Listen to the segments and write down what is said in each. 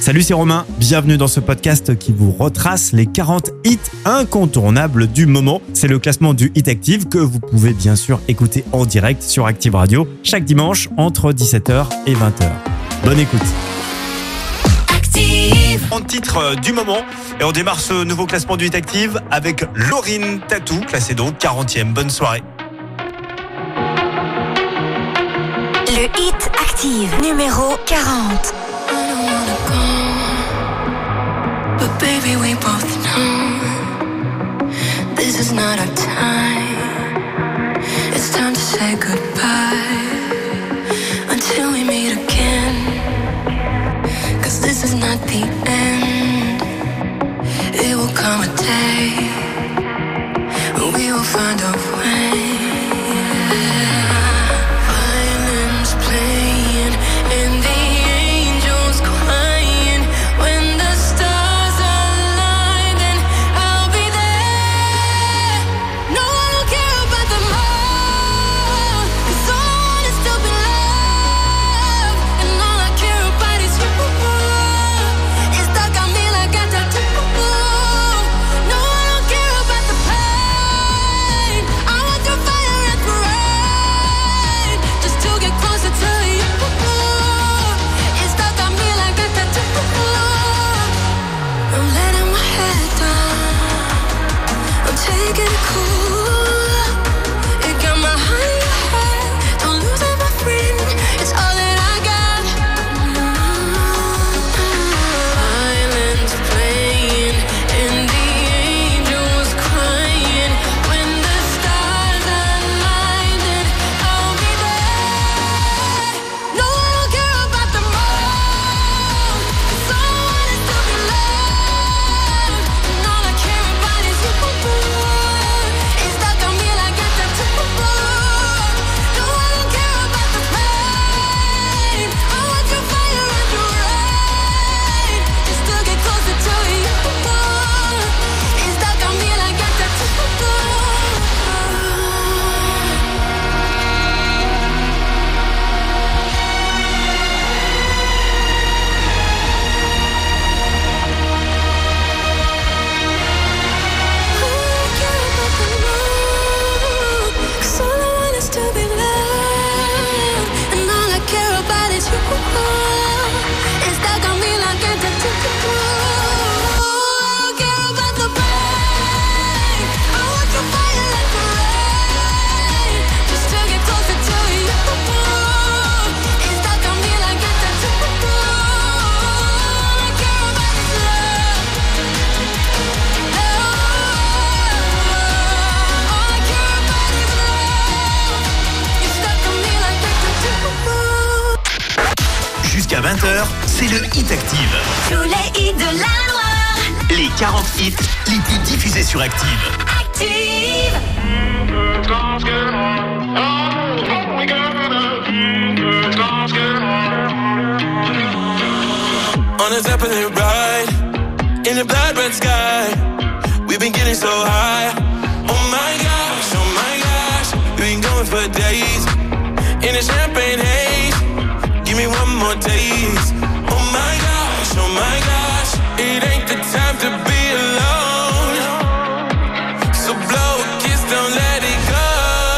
Salut, c'est Romain. Bienvenue dans ce podcast qui vous retrace les 40 hits incontournables du moment. C'est le classement du Hit Active que vous pouvez bien sûr écouter en direct sur Active Radio chaque dimanche entre 17h et 20h. Bonne écoute. Active. En titre du moment, et on démarre ce nouveau classement du Hit Active avec Lauryn Tattoo, classé donc 40e. Bonne soirée. Le Hit Active numéro 40. But baby, we both know this is not our time. It's time to say goodbye until we meet again. 'Cause this is not the end. It will come a day when we will find a way. Violins playing and the angels crying. When the stars align, then I'll be there. No one will care about the moon, 'cause all I want is to be loved, and all I care about is you. It's stuck on me like a tattoo. No one will care about the pain. I want through fire and through rain, just to get closer to you. It's stuck on me like a tattoo. I'm letting my head down, I'm taking it cool. It got my heart in your head, don't lose it, my friend. It's all that I got. Violins playing and the angels crying. When the stars align, then I'll be there. No one will care about the moon, 'cause all I want is to be loved, and all I care about is you. It's stuck on me like a tattoo. No one will care about the pain. I want your fire and your rain, just to get closer to you. It's stuck on me like a tattoo. Cause all I want is to be loved, and all I care about is you. It's stuck on me like a tattoo. I don't care about the pain. I want your fire like the rain, just to get closer to you. It's stuck on me like a tattoo. All I care about is love. All I care about is love. You're stuck on me like a tattoo. Jusqu'à 20h, c'est le Hit Active. Tous les hits de la Loire. Les 40 hits les plus diffusés sur Active. Active. On a Zeppelin ride in the blood red sky. We've been getting so high. Oh my gosh, we've been going for days in a champagne haze. Give me one more taste. Oh my gosh, it ain't the time to be alone. So blow a kiss, don't let it go.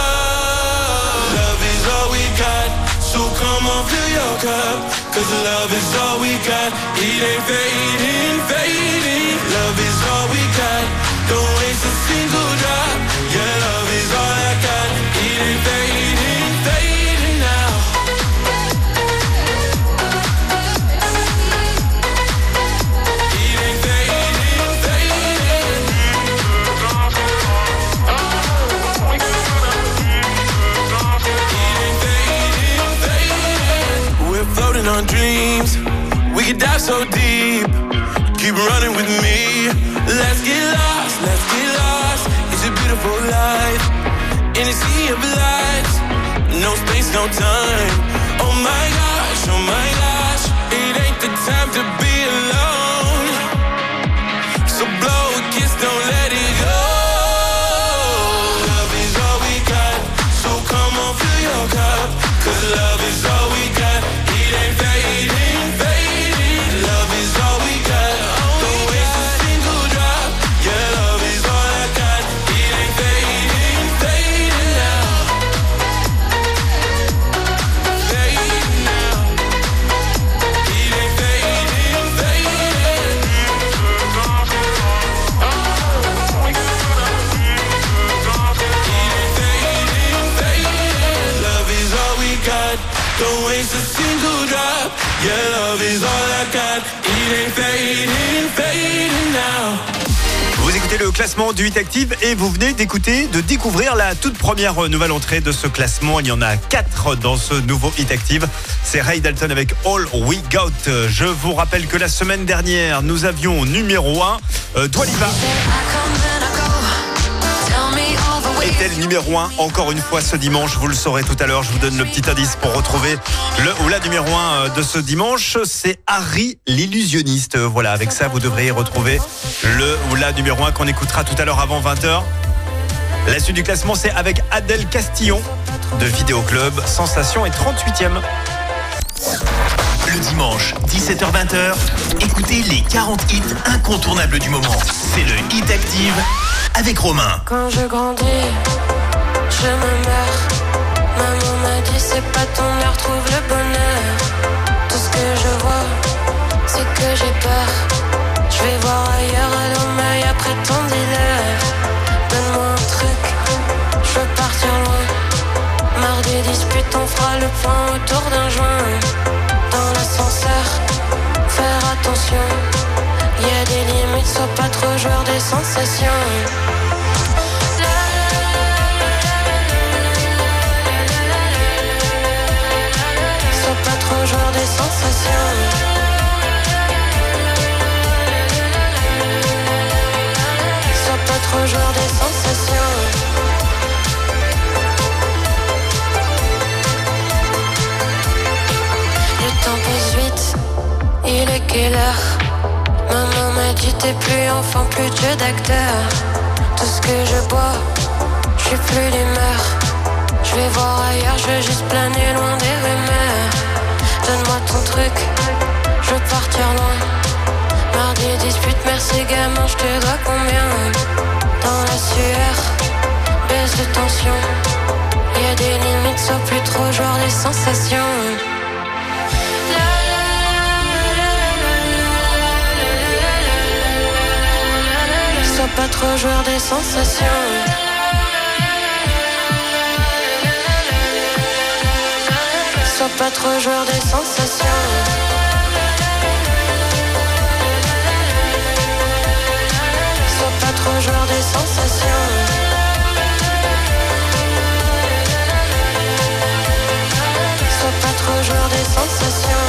Love is all we got, so come on, fill your cup. 'Cause love is all we got, it ain't fading. Love is all we got, don't waste a single drop. Yeah, love is all I got, it ain't fading now. It ain't fading. We're floating on dreams, we could dive so deep. Keep running with me, let's get lost. It's a beautiful life, in a sea of lights. No space, no time. Oh my gosh, it ain't the time to be alone. So blow a kiss, don't let it go. Love is all we got, so come on, fill your cup. 'Cause love is all we got, it ain't fading. Love is all love is all I got. It ain't fading now. Vous écoutez le classement du Hit Active et vous venez de découvrir la toute première nouvelle entrée de ce classement. Il y en a 4 dans ce nouveau Hit Active. C'est Ray Dalton avec All We Got. Je vous rappelle que la semaine dernière, nous avions numéro 1 Dua Lipa. Est-elle numéro 1 encore une fois ce dimanche? Vous le saurez tout à l'heure. Je vous donne le petit indice pour retrouver le ou la numéro 1 de ce dimanche. C'est Harry l'illusionniste. Voilà, avec ça, vous devriez retrouver le ou la numéro 1 qu'on écoutera tout à l'heure avant 20h. La suite du classement, c'est avec Adèle Castillon de Vidéo Club. Sensation est 38e. Le dimanche, 17h-20h, écoutez les 40 hits incontournables du moment. C'est le Hit Active avec Romain. Quand je grandis, je me meurs. Maman m'a dit c'est pas ton heure, trouve le bonheur. Tout ce que je vois, c'est que j'ai peur. Je vais voir ailleurs à l'homme après ton dealer. Donne-moi un truc, je veux partir loin. Marre des disputes, on fera le point autour d'un joint. Dans l'ascenseur, faire attention. Y'a des limites, sois pas trop joueur des sensations. Sois pas trop joueur des sensations. Sois pas trop joueur des sensations. Le temps passe vite, il est quelle heure? Maman m'a dit t'es plus enfant, plus de jeu d'acteur. Tout ce que je bois, je suis plus d'humeur. Je vais voir ailleurs, je veux juste planer loin des rumeurs. Donne-moi ton truc, je veux partir loin. Marre des disputes, merci gamin, je te dois combien? Dans la sueur, baisse de tension. Y'a des limites, sois plus trop joueur des sensations. Sois pas trop joueur des sensations. Sois pas trop joueur des sensations. Sois pas trop joueur des sensations. Sois pas trop joueur des sensations.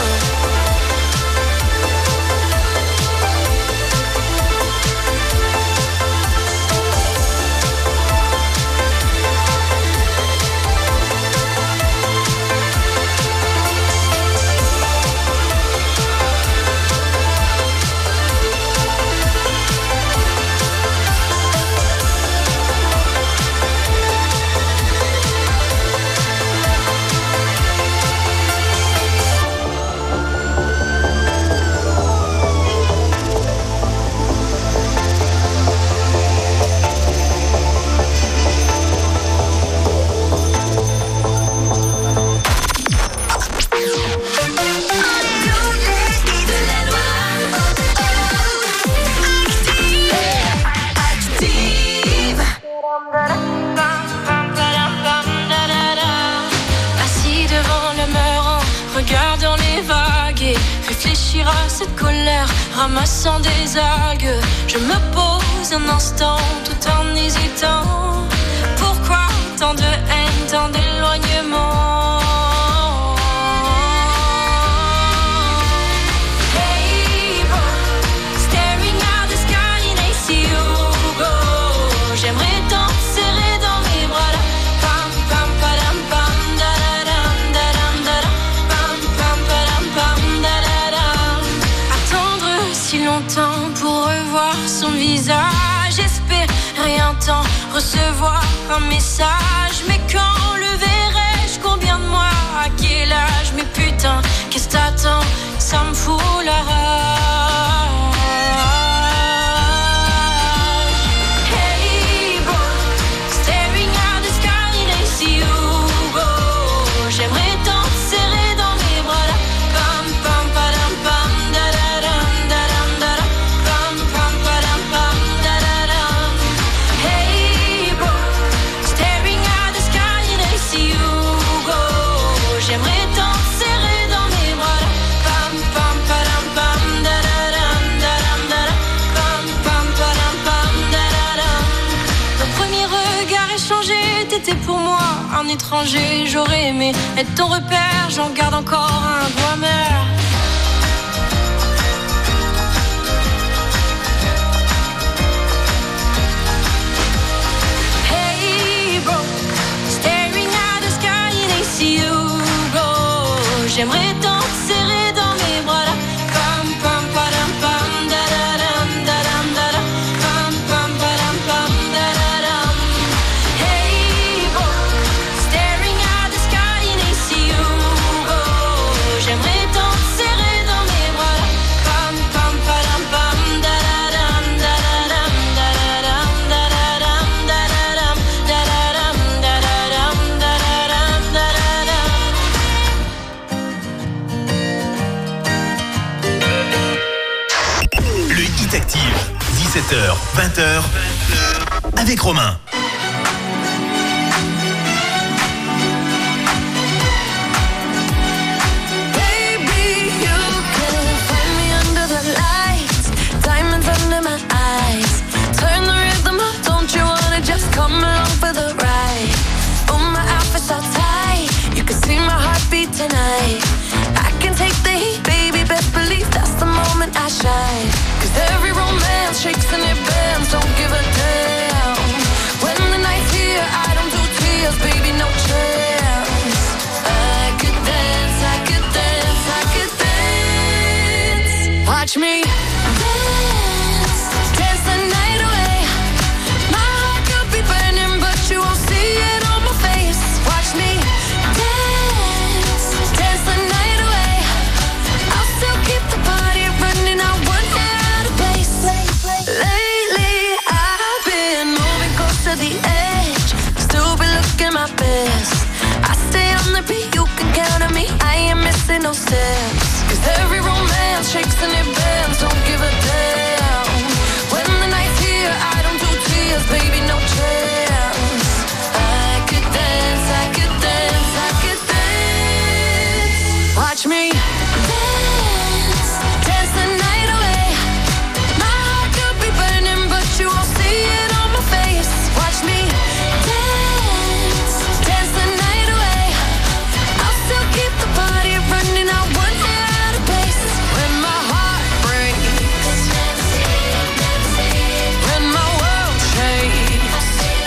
Assis devant le mur, regardant les vagues et réfléchir à cette colère, ramassant des algues. Je me pose un instant tout en hésitant. Pourquoi tant de haine, tant d'éloignement? Hey, boy, staring at the sky and I see you go. J'aimerais t'en serrer dans mes bras là. Pam pam padam pam da da dam da dam da dam. Pam pam padam pam da da dam. Attendre si longtemps pour revoir son visage, espérer un temps, recevoir un message. Mais quand le verrai-je, combien de mois, à quel âge? Mais putain, qu'est-ce que t'attends? Ça me fout la rage. Hey boy, staring at the sky and I see you go. J'aimerais t'en serrer dans mes bras là. Pam pam padam pam da da dam da dam da dam. Pam pam padam pam da da dam. Hey boy, staring at the sky and I see you go. J'aimerais t'en serrer dans mes bras là. Pam pam étranger. J'aurais aimé être ton repère, j'en garde encore un goût amer. Hey bro, staring at the sky and I see you go. J'aimerais tant te serrer dans mes bras là. Pam pam padam pam da da dam da dam da dam. Pam pam padam pam da da dam. Hey bro, staring at the sky and I see you go. J'aimerais tant te serrer dans mes bras là. Pam pam padam pam da da dam da da dam da da dam da da dam da da dam da da dam da da dam da da dam da da dam. Le Hit Active, 17h, 20h, avec Romain. Baby, you can find me under the lights, diamonds under my eyes. Turn the rhythm up, don't you wanna just come along for the ride? Oh, my outfit's all tight, you can see my heartbeat tonight. I can take the heat, baby, best believe that's the moment I shine. 'Cause every romance shakes and it bends, don't give a damn. When the night's here, I don't do tears, baby, no chance. I could dance, I could dance, I could dance. Watch me dance, dance the night away. My heart could be burning, but you won't see it on my face. Watch me dance, dance the night away. I'll still keep the party running, I won't get out of place. Lately, I've been moving close to the edge, still be looking my best. I stay on the beat, you can count on me, I ain't missing no steps. 'Cause every romance shakes and it bends, don't give a damn. When the night's here, I don't do tears, baby, no chance. I could dance, I could dance, I could dance. Watch me dance, dance the night away. My heart could be burning, but you won't see it on my face. Watch me dance, dance the night away. I'll still keep the party running, I won't get out of place. When my heart breaks, when my world shakes,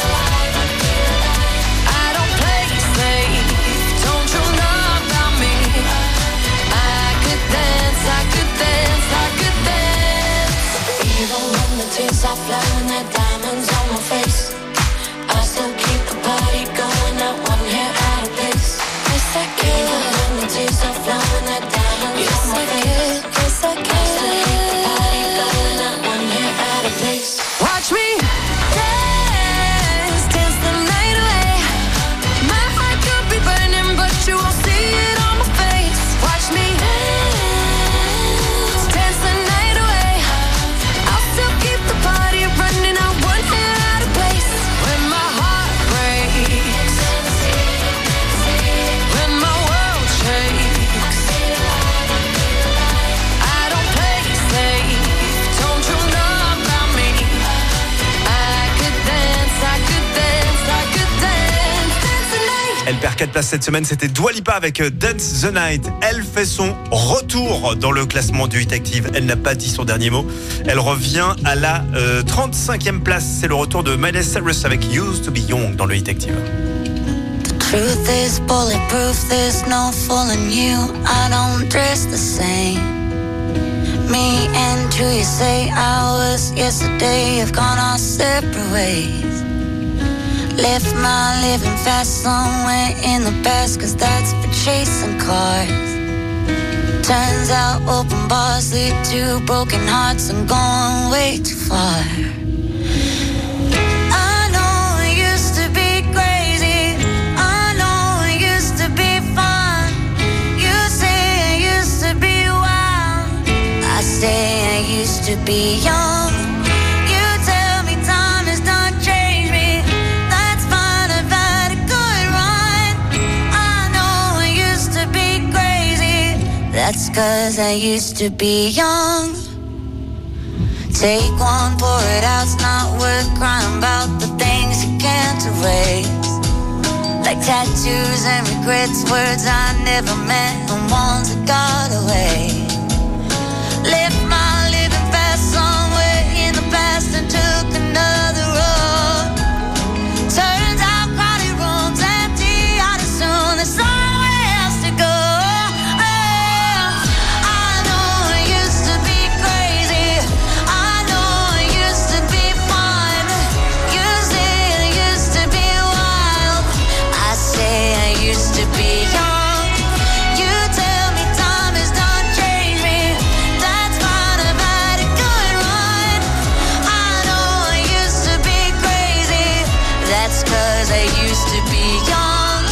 I don't play safe, don't you know about me? I could dance, I could dance, I could dance. Even when the tears are flowing, the diamonds on my face, I still keep the party going, not one hair out of place. Yes, I can. Even when the tears are flowing, the diamonds on my face, yes, I can. I still keep the party going, not one hair out of place. Watch me dance, dance the night away. My heart could be burning, but you won't see it on my face. Watch me dance, dance the night away. I'll still keep the party running, I won't get out of place. When my heart breaks, when my world shakes, I don't play safe, don't you know about me? I could dance, I could dance, I could dance, dance the night. Elle perd 4 places cette semaine, c'était Dua Lipa avec Dance the Night. Elle fait son retour dans le classement du Hit Active. Elle n'a pas dit son dernier mot. Elle revient à la 35e place. C'est le retour de Miley Cyrus avec Used to Be Young dans le Hit Active. Truth is bulletproof, there's no fooling you. I don't dress the same. Me and who you say I was yesterday have gone our separate ways. Left my living fast somewhere in the past, 'cause that's for chasing cars. Turns out open bars lead to broken hearts and going way too far. I know it used to be crazy, I know it used to be fun. You say it used to be wild, I say I used to be young. You tell me time has not changed me, that's fine, I've had a good run. I know I used to be crazy, that's 'cause I used to be young. Take one, pour it out, it's not worth crying about the things you can't erase. like tattoos and regrets, words I never meant and ones that got away. Left my living fast somewhere in the past and took another road. Turns out crowded rooms empty out of soon. There's somewhere else to go. I know it used to be crazy. I know it used to be fun. You say it used to be wild. I say I used to be young. You tell me time has done changed me. That's fine, I've had a good run. I know I used to be crazy. That's 'cause I used to be young.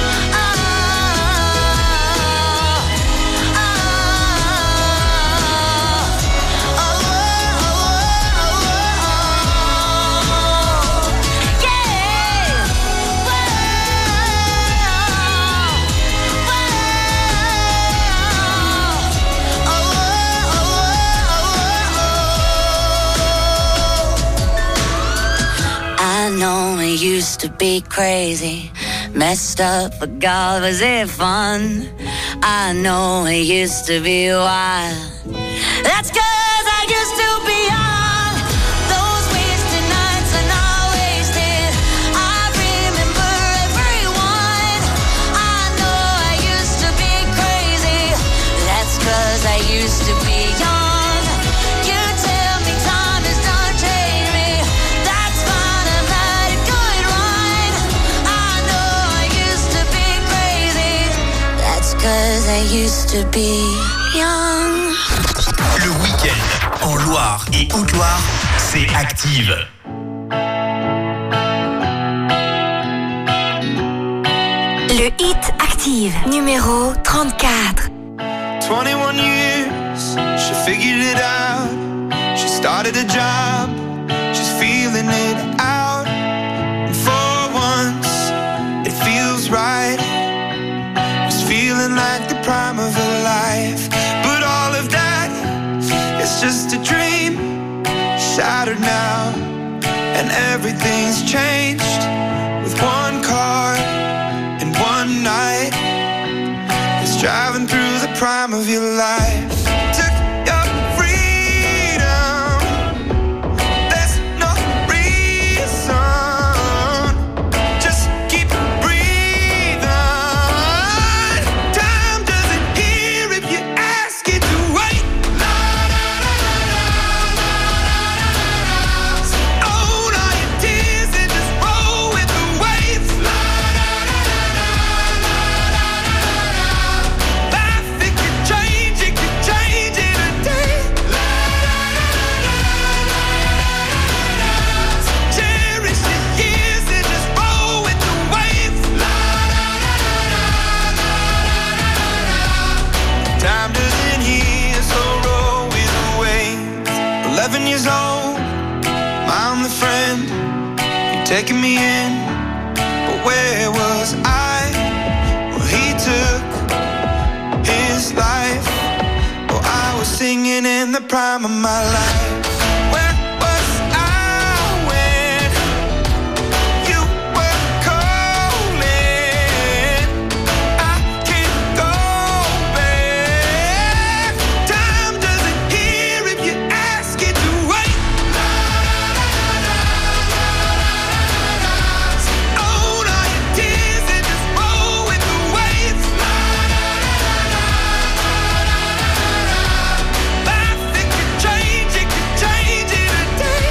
I know it used to be crazy, messed up, but God, was it fun? I know it used to be wild. That's 'cause I used to be young. Those wasted nights are not wasted. I remember everyone. I know I used to be crazy. That's 'cause I used to be young. You tell me time has done changed me. That's fine, I've had a good run. I know I used to be crazy. That's 'cause I used to be young. Le week-end, en Loire et Haute-Loire, c'est Active. Le Hit Active, numéro 34. 21 years, she figured it out. She started a job, she's feeling it out. And for once, it feels right. It's feeling like the prime of her life. But all of that is just a dream, shattered now. And everything's changed with one car and one night. It's driving through the prime of your life. Took your freedom. There's no reason. Just keep breathing. Time doesn't hear if you ask it to wait. Own all your tears and just roll with the waves. Life, it could change in a day. Cherish the years and just roll with the waves. Time doesn't heal, so roll with the waves. 11 years old, I'm the friend. You're taking me in, but where was I? Well, he took his life. Oh, I was singing in the prime of my life. Where was I when you were calling? I can't go back. Time doesn't hear if you ask it to wait. Own all your tears and just roll with the waves. Life, it could change in a day.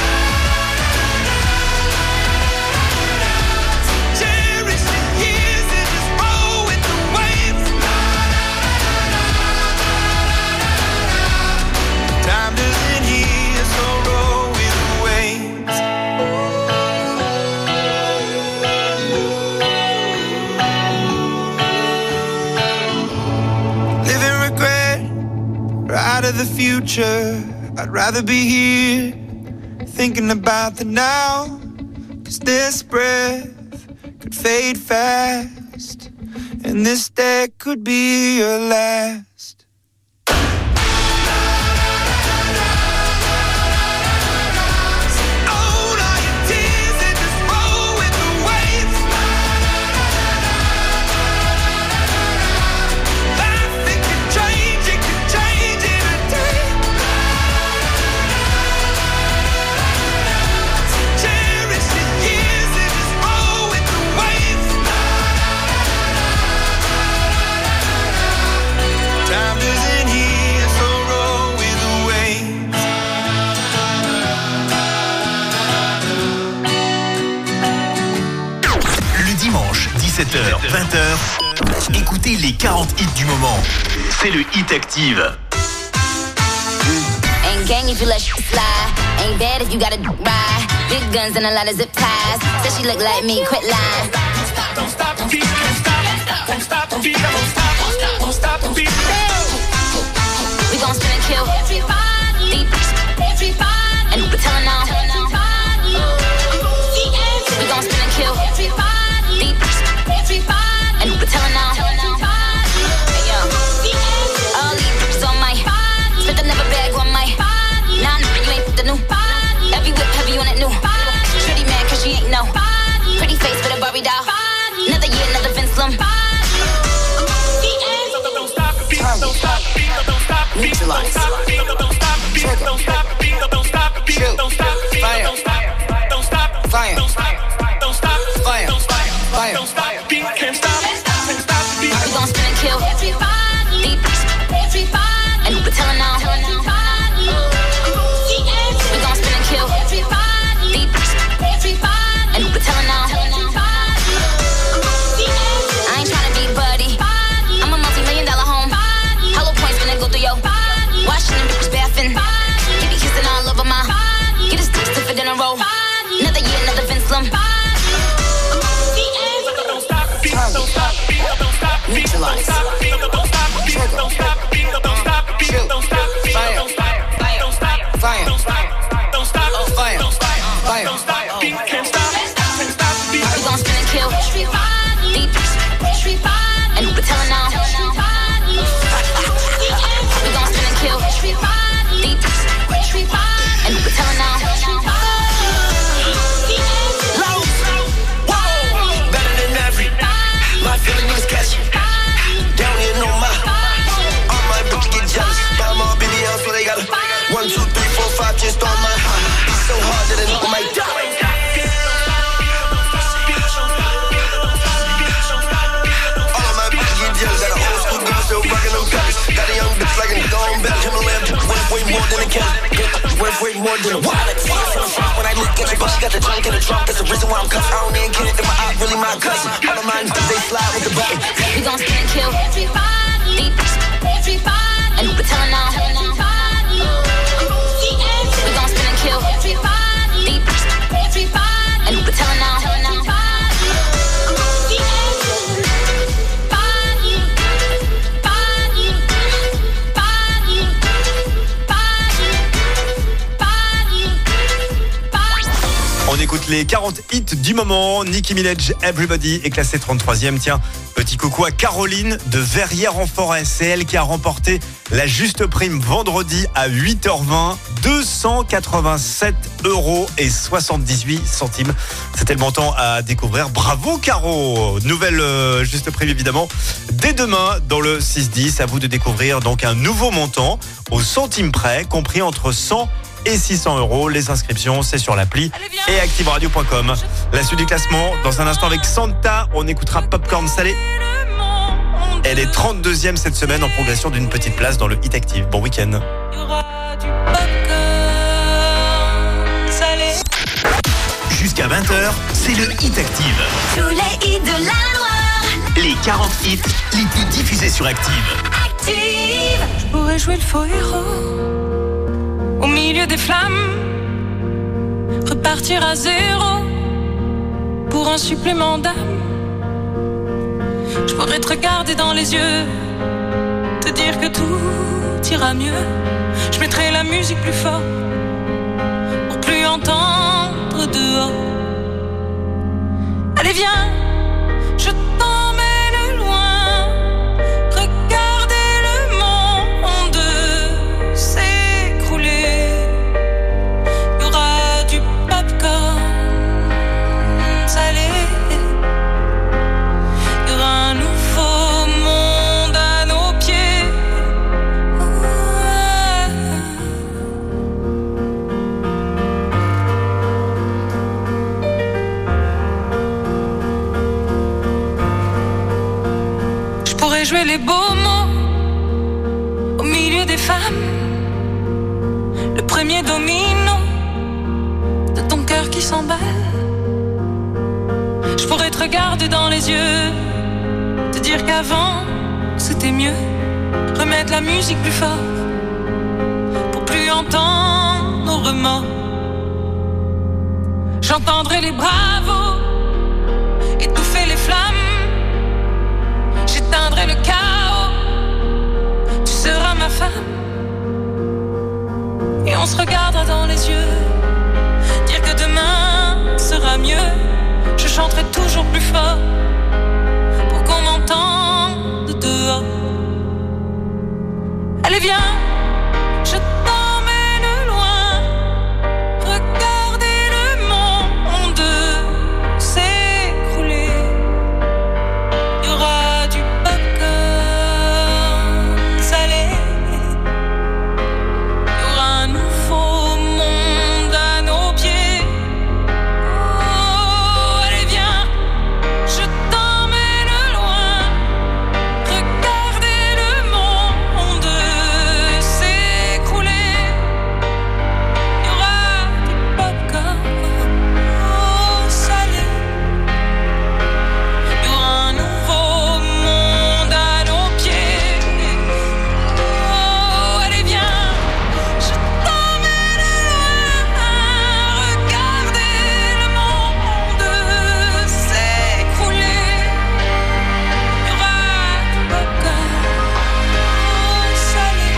Cherish the years and just roll with the waves. Time doesn't heal, so roll with the waves. Living regret, right of the future. I'd rather be here, thinking about the now. 'Cause this breath could fade fast, and this day could be your last. Own all your tears and just roll with the waves. 17h, 20h, écoutez les 40 hits du moment. C'est le Hit Active. Ain't gang if you let shit slide. Ain't bad if you gotta ride. Big guns and a lot of zip ties. Says she look like me, quit lying. Don't stop the beat, don't stop, don't stop the beat, don't stop, don't stop the beat. We gon' spin and kill everybody, deep, everybody, and we're telling all. We gon' spin and kill everybody, deep, everybody, and we're telling all. Hey yo, all these bitches on my spit another bag on my. Nah, you ain't the new. Every whip heavy on that new. Shorty mad 'cause she ain't no pretty face for the Barbie doll. Another year, another Vince Lum. Don't stop the beat, don't stop the beat, don't stop the beat, don't stop the beat, don't stop the beat, don't stop the beat, don't stop the beat, don't stop the beat, don't stop, don't stop, fire, don't stop, don't stop, fire, don't stop, fire, don't stop the beat, can't stop, can't stop the beat. We gon' spin and kill everybody, deep, everybody, and we're telling all. We gon' spin and kill everybody, deep, everybody, and we're telling all. I ain't tryna be buddy. I'm a multi-million-dollar home. Hollow points finna go through your Washington bitches bathing. He be kissing all over my. Get his dick stiffer than a roll. Another year, another Vince Lum. Don't stop the beat, don't stop the beat, don't stop the beat, don't stop the beat, don't stop the beat, don't stop the beat, don't stop the beat, don't stop the beat, don't stop, don't stop, fire, don't stop, don't stop, fire, don't stop, fire, don't stop the beat, can't stop, can't stop the beat. We gon' spin and kill everybody, deep, everybody, and we're telling all. We gon' spin and kill everybody, deep, everybody, and we're telling all. Better than every, my feeling is catchy. Down here, no my, all my bitches get jealous. Buy them all BBL, so they got a 1, 2, 3, 4, 5 just on my heart. It's so hard that a nigga might die. All of my bitches get jealous. Got an old school girl still rocking them cutters. Got a young bitch like a nigga on back. Himalayan worth way more than a cat. Worth way more than a wallet. See it from the front when I look at you, but she got the trunk in the trunk. That's the reason why I'm cuffed. I don't even get it. In my eye, really my cousin. All of mine, they slide with the button. We gon' spin and kill everybody, deep, everybody, and we're telling all. We gon' spin and kill everybody, deep, everybody, and we're telling all. On écoute les 40 hits du moment. Nicki Minaj, Everybody est classé 33e. Tiens, petit coucou à Caroline de Verrières-en-Forêt. C'est elle qui a remporté la juste prime vendredi à 8h20. 287,78 €. C'était le montant à découvrir. Bravo Caro. Nouvelle juste prime évidemment. Dès demain dans le 6-10, à vous de découvrir donc un nouveau montant au centime près, compris entre 100 et 600 €. Les inscriptions, c'est sur l'appli et activeradio.com. La suite du classement, dans un instant avec Santa, on écoutera Popcorn Salé. Elle est 32e cette semaine en progression d'une petite place dans le Hit Active. Bon week-end. Jusqu'à 20h, c'est le Hit Active. Tous les hits de la Loire. Les 40 hits les plus diffusés sur Active. Active. Je pourrais jouer le faux héros au milieu des flammes, repartir à zéro pour un supplément d'âme. Je pourrais te regarder dans les yeux, te dire que tout ira mieux. Je mettrai la musique plus fort pour plus entendre dehors. Allez viens, je t'emmène loin, regarder le monde s'écrouler. Il y aura du popcorn salé, il y aura un nouveau monde à nos pieds. Je pourrais jouer les beaux mots au milieu des femmes, le premier domino de ton cœur qui s'emballe. Je je pourrais te regarder dans les yeux, te dire qu'avant c'était mieux, remettre la musique plus fort pour plus entendre nos remords. J'entendrai les bravos étouffer les flammes, j'éteindrai le chaos, tu seras ma femme. Et on se regardera dans les yeux, dire que demain sera mieux. Je chanterai toujours plus fort pour qu'on m'entende dehors. Allez viens, je t'emmène loin, regarder le monde s'écrouler. Il y aura du popcorn salé, il y aura un nouveau monde à nos pieds. Oh, allez viens, je t'emmène loin, regarder le monde s'écrouler. Il y aura du popcorn salé, il y aura un nouveau monde à nos pieds. Oh, allez viens, je t'emmène loin, regarder le monde s'écrouler. Il y aura du popcorn salé,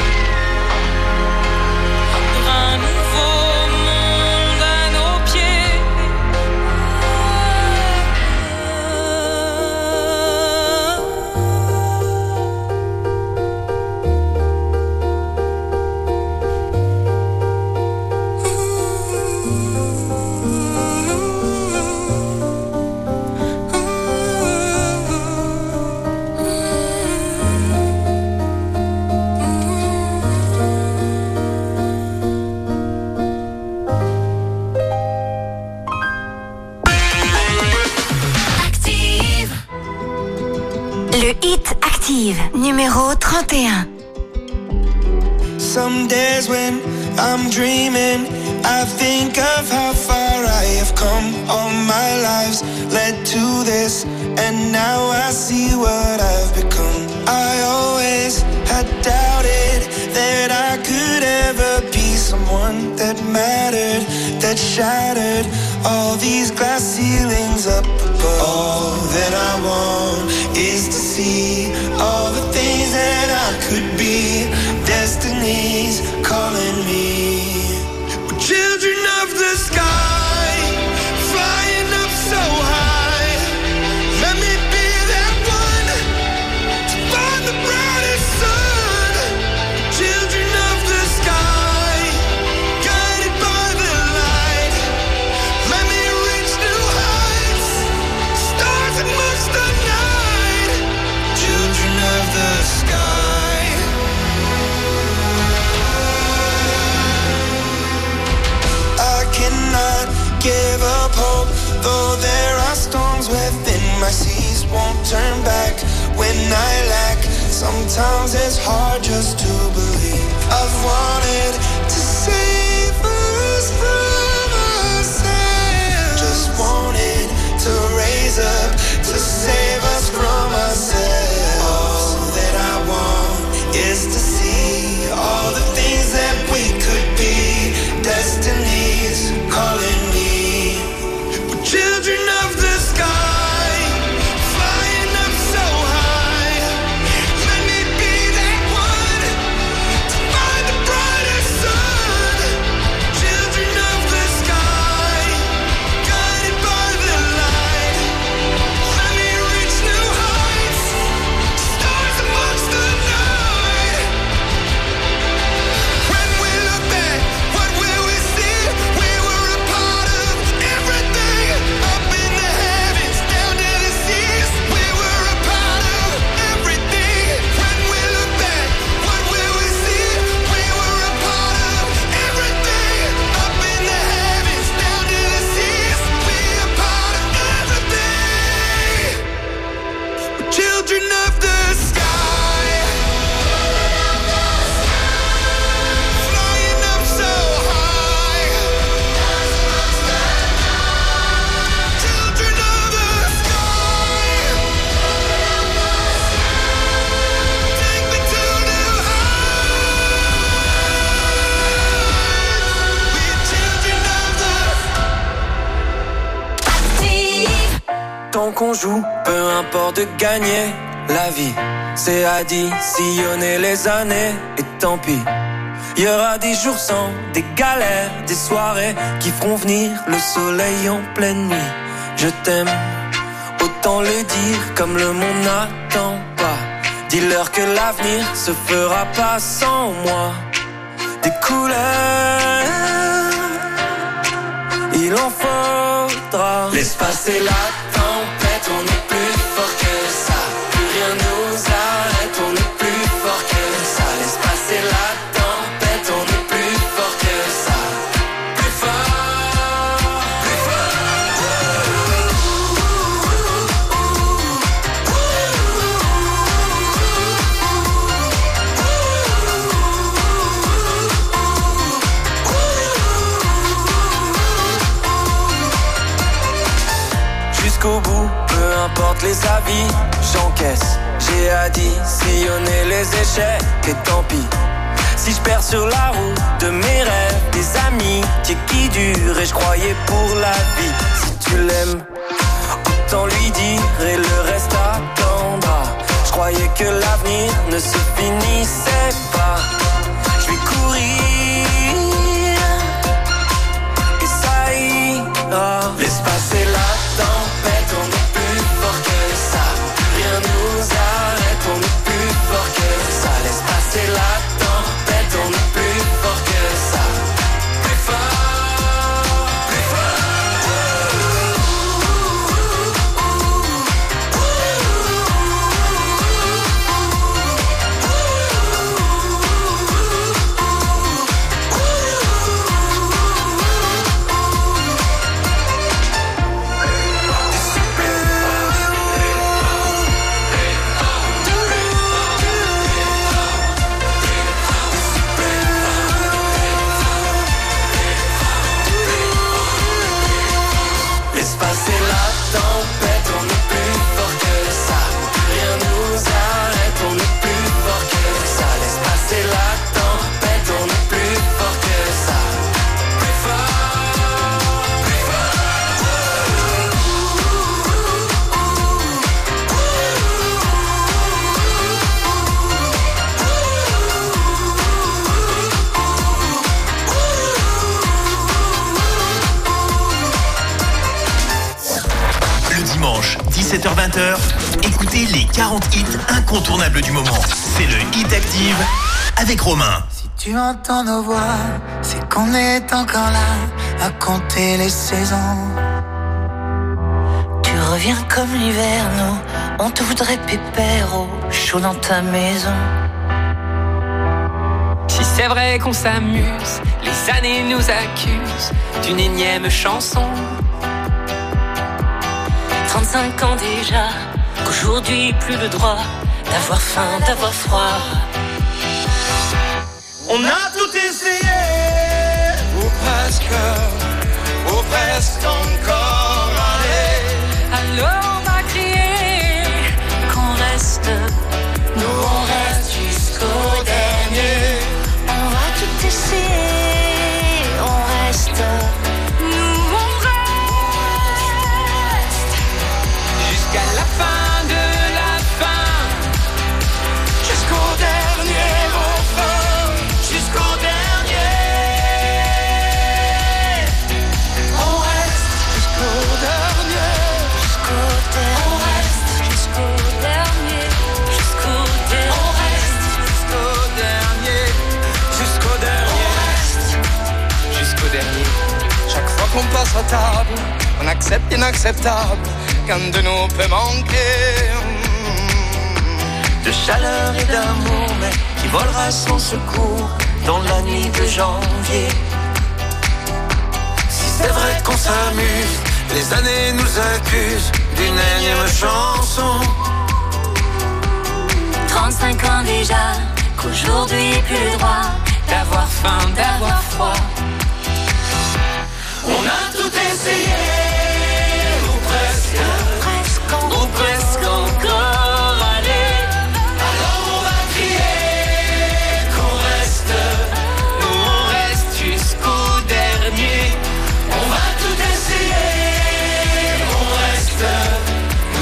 il y aura un nouveau monde à nos pieds. Active. Le Hit Active, numéro 31. Some days when I'm dreaming, I think of how far I have come. All my lives led to this, and now I see what I've become. I always had doubted that I could ever be someone that mattered, that shattered all these glass ceilings up above. All that I want is to see all the things that I could be. Destiny's calling me. We're children of the sky, flying up so high. Let me be that one to find the brightest sun. Children of the sky, guided by the light. Let me reach new heights, stars amongst the night. Children of the sky. I cannot give up hope, though there are storms within my seas. Won't turn back when I lack. Sometimes it's hard just to believe. I've wanted to save us from ourselves. Just wanted to raise up to save us from ourselves. All that I want is to see all the things that we could be. Destiny's calling me. We're children of the sky, flying up so high. Let me be that one to find the bright qu'on joue, peu importe de gagner. La vie, c'est additionner les années. Et tant pis, il y aura des jours sans, des galères, des soirées qui feront venir le soleil en pleine nuit. Je t'aime, autant le dire comme le monde n'attend pas. Dis-leur que l'avenir se fera pas sans moi. Des couleurs, il en faudra. Laisse passer la tempête, on est plus fort que ça. Plus rien nous arrête, on est plus fort que ça. Laisse passer la tempête, on est plus fort que ça. Plus fort, plus fort. Jusqu'au bout, peu importe les avis, j'encaisse. J'ai additionné les échecs et tant pis. Si je perds sur la route de mes rêves, des amis qui durent et je croyais pour la vie. Si tu l'aimes, autant lui dire et le reste attendra. Je croyais que l'avenir ne se finissait pas. Je vais courir et ça ira. Laisse passer la tempête, on est plus fort que ça. Rien nous arrête, on est plus fort que ça. Laisse passer la tempête, on est plus fort que ça. Plus fort, plus fort. Laisse passer la tempête, on est plus fort que ça. Rien nous arrête, on est plus fort que ça. Laisse passer la tempête, on est plus fort que ça. Plus fort, plus Le dimanche, 17h-20h, écoutez les 40 hits incontournables du moment. C'est le Hit Active avec Romain. Si tu entends nos voix, c'est qu'on est encore là à compter les saisons. Tu reviens comme l'hiver, nous, on te voudrait pépère au chaud dans ta maison. Si c'est vrai qu'on s'amuse, les années nous accusent d'une énième chanson. 35 ans déjà, qu'aujourd'hui plus le droit d'avoir faim, d'avoir froid. On a tout essayé, ou presque encore, allez. Alors on va crier qu'on reste, nous on reste jusqu'au dernier. On va tout essayer, on reste, nous on reste jusqu'à la fin de la fin, Jusqu'au dernier refrain, jusqu'au dernier. On reste jusqu'au dernier, jusqu'au dernier. On reste jusqu'au dernier, jusqu'au dernier. on reste jusqu'au dernier, jusqu'au dernier. jusqu'au dernier. Chaque fois qu'on passe à table, on accepte l'inacceptable, qu'un de nous peut manquer. De chaleur et d'amour, mais qui volera sans secours dans la nuit de janvier. Si c'est vrai qu'on s'amuse, les années nous accusent d'une énième chanson. 35 ans déjà, qu'aujourd'hui plus le droit d'avoir faim, d'avoir froid. On a tout essayé, ou presque encore, allez. Alors on va crier qu'on reste, Nous on reste jusqu'au dernier. on va tout essayer, on reste,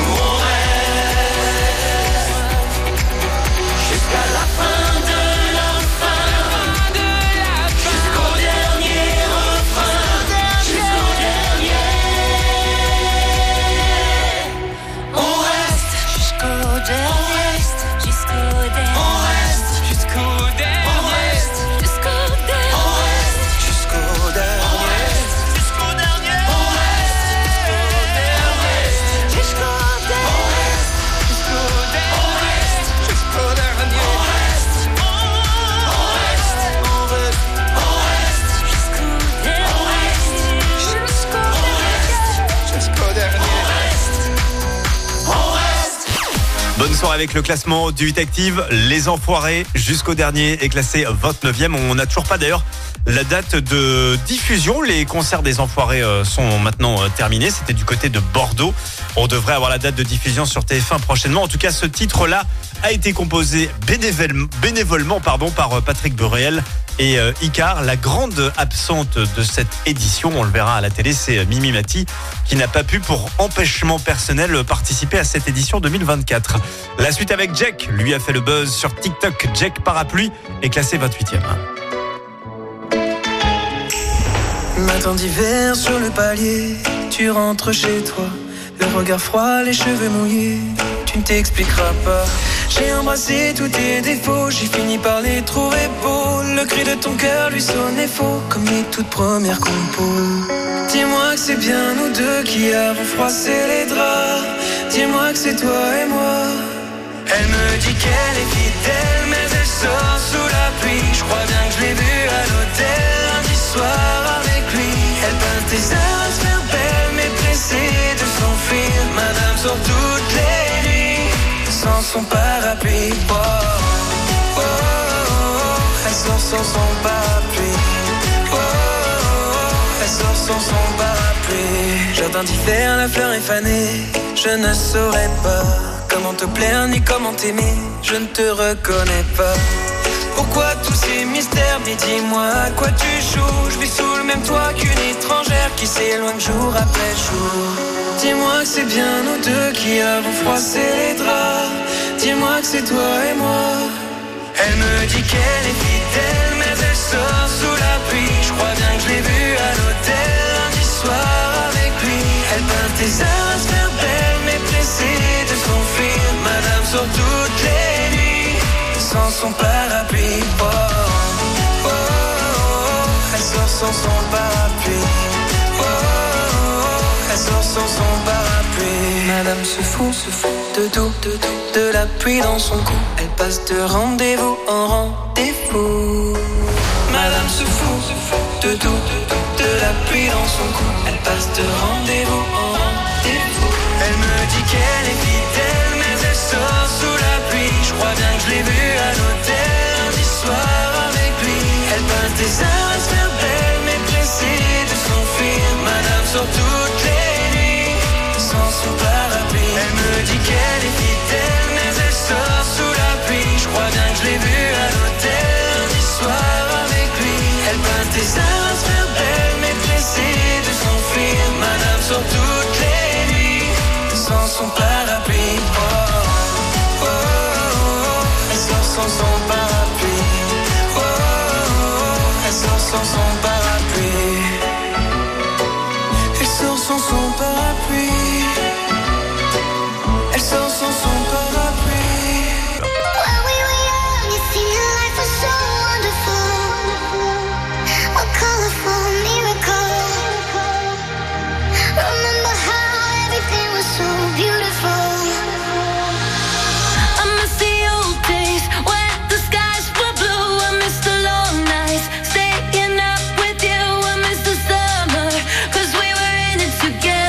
avec le classement du Hit Active. Les Enfoirés jusqu'au dernier est classé 29e. On n'a toujours pas d'ailleurs la date de diffusion. Les concerts des Enfoirés sont maintenant terminés. C'était du côté de Bordeaux. On devrait avoir la date de diffusion sur TF1 prochainement. En tout cas, ce titre-là a été composé bénévolement par Patrick Burriel et Icar. La grande absente de cette édition, on le verra à la télé, c'est Mimi Mati qui n'a pas pu, pour empêchement personnel, participer à cette édition 2024. La suite avec Jack, lui a fait le buzz sur TikTok. Jack Parapluie est classé 28e. Matin d'hiver sur le palier, tu rentres chez toi, le regard froid, les cheveux mouillés, tu ne t'expliqueras pas. J'ai embrassé tous tes défauts, j'ai fini par les trouver beaux. Le cri de ton cœur lui sonnait faux, comme les toutes premières compos. Dis-moi que c'est bien nous deux qui avons froissé les draps. Dis-moi que c'est toi et moi. Elle me dit qu'elle est fidèle, mais elle sort sous la pluie. Je crois bien que je l'ai vue à l'hôtel lundi soir avec lui. Elle peint tes heures à se faire belle, mais pressée de s'enfuir. Madame sort toutes les nuits sans son parapluie. Oh, oh, oh, oh. Elle sort sans son parapluie. Oh, oh, oh. Elle sort sans son parapluie. Jardin d'hiver, la fleur est fanée. Je ne saurais pas comment te plaire ni comment t'aimer. Je ne te reconnais pas. Pourquoi tous ces mystères? Mais dis-moi à quoi tu joues. Je vis sous le même toit qu'une étrangère qui s'éloigne jour après jour. Dis-moi que c'est bien nous deux qui avons froissé les draps. Dis-moi que c'est toi et moi. Elle me dit qu'elle est fidèle, mais elle sort sous la pluie. Je crois bien que je l'ai vue à l'hôtel lundi soir avec lui. Elle peint tes heures à se faire belle, mais pressée de s'enfuir. Madame sort toutes les nuits sans son parapluie. Oh, oh, oh, oh. Elle sort sans son parapluie. Oh, oh, oh. Elle sort sans son parapluie. Madame se fout de tout, de la pluie dans son cou. Elle passe de rendez-vous en rendez-vous. Madame se fout de tout, de la pluie dans son cou. Elle passe de rendez-vous en rendez-vous. Elle me dit qu'elle est fidèle, mais elle sort sous la pluie. Je crois bien que je l'ai vue à l'hôtel lundi soir avec lui. Elle passe des heures à se faire belle, mais pressée de s'enfuir. Madame sort toutes les nuits sans son parapluie. Elle me dit qu'elle est fidèle, mais elle sort sous la pluie. Je crois bien que je l'ai vue à l'hôtel lundi soir avec lui. Elle passe des heures à se faire belle, mais pressée de s'enfuir. Madame sort toutes les nuits sans son parapluie. Oh, oh, oh, oh. Elle sort sans son parapluie. Oh, oh, oh. Elle sort sans son parapluie. Elle sort sans son parapluie. Elle sort sans son parapluie. When we were young, it seemed life was so wonderful. A colorful miracle. Remember how everything was so beautiful. I miss the old days when the skies were blue. I miss the long nights staying up with you. I miss the summer 'cause we were in it together.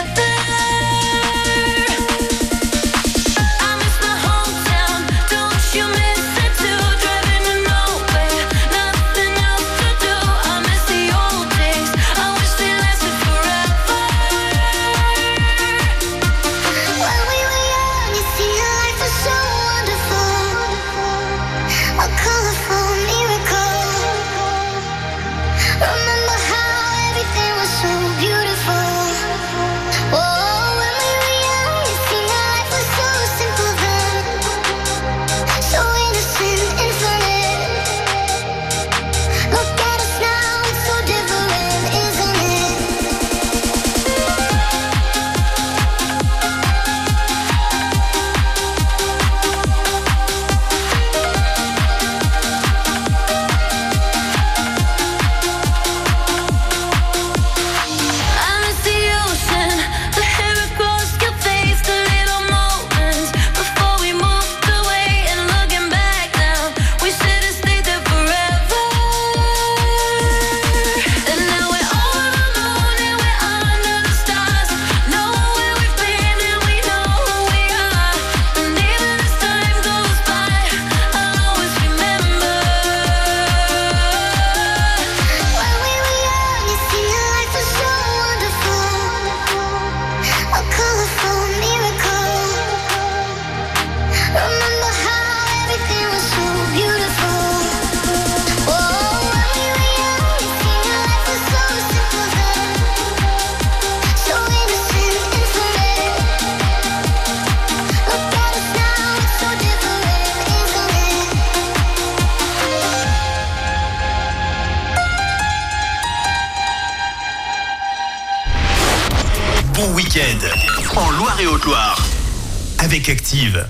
week-end en Loire et Haute-Loire avec Active.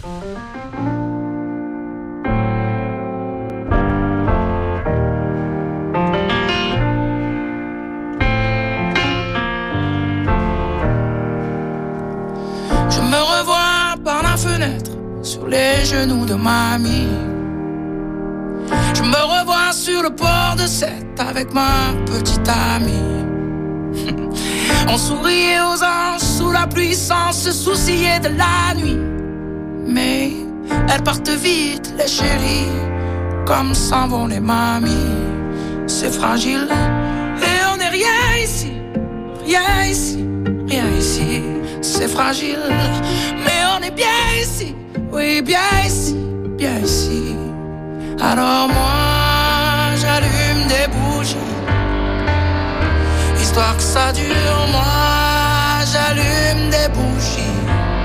Je me revois par la fenêtre sur les genoux de mamie. Je me revois sur le port de Sète avec ma petite amie. On souriait aux anges sous la pluie sans se soucier de la nuit. Mais elles partent vite, les chéris, comme s'en vont les mamies. C'est fragile et on n'est rien ici, rien ici, rien ici. C'est fragile, mais on est bien ici, oui bien ici, bien ici. Alors moi j'allume des bougies, histoire que ça dure. Moi j'allume des bougies,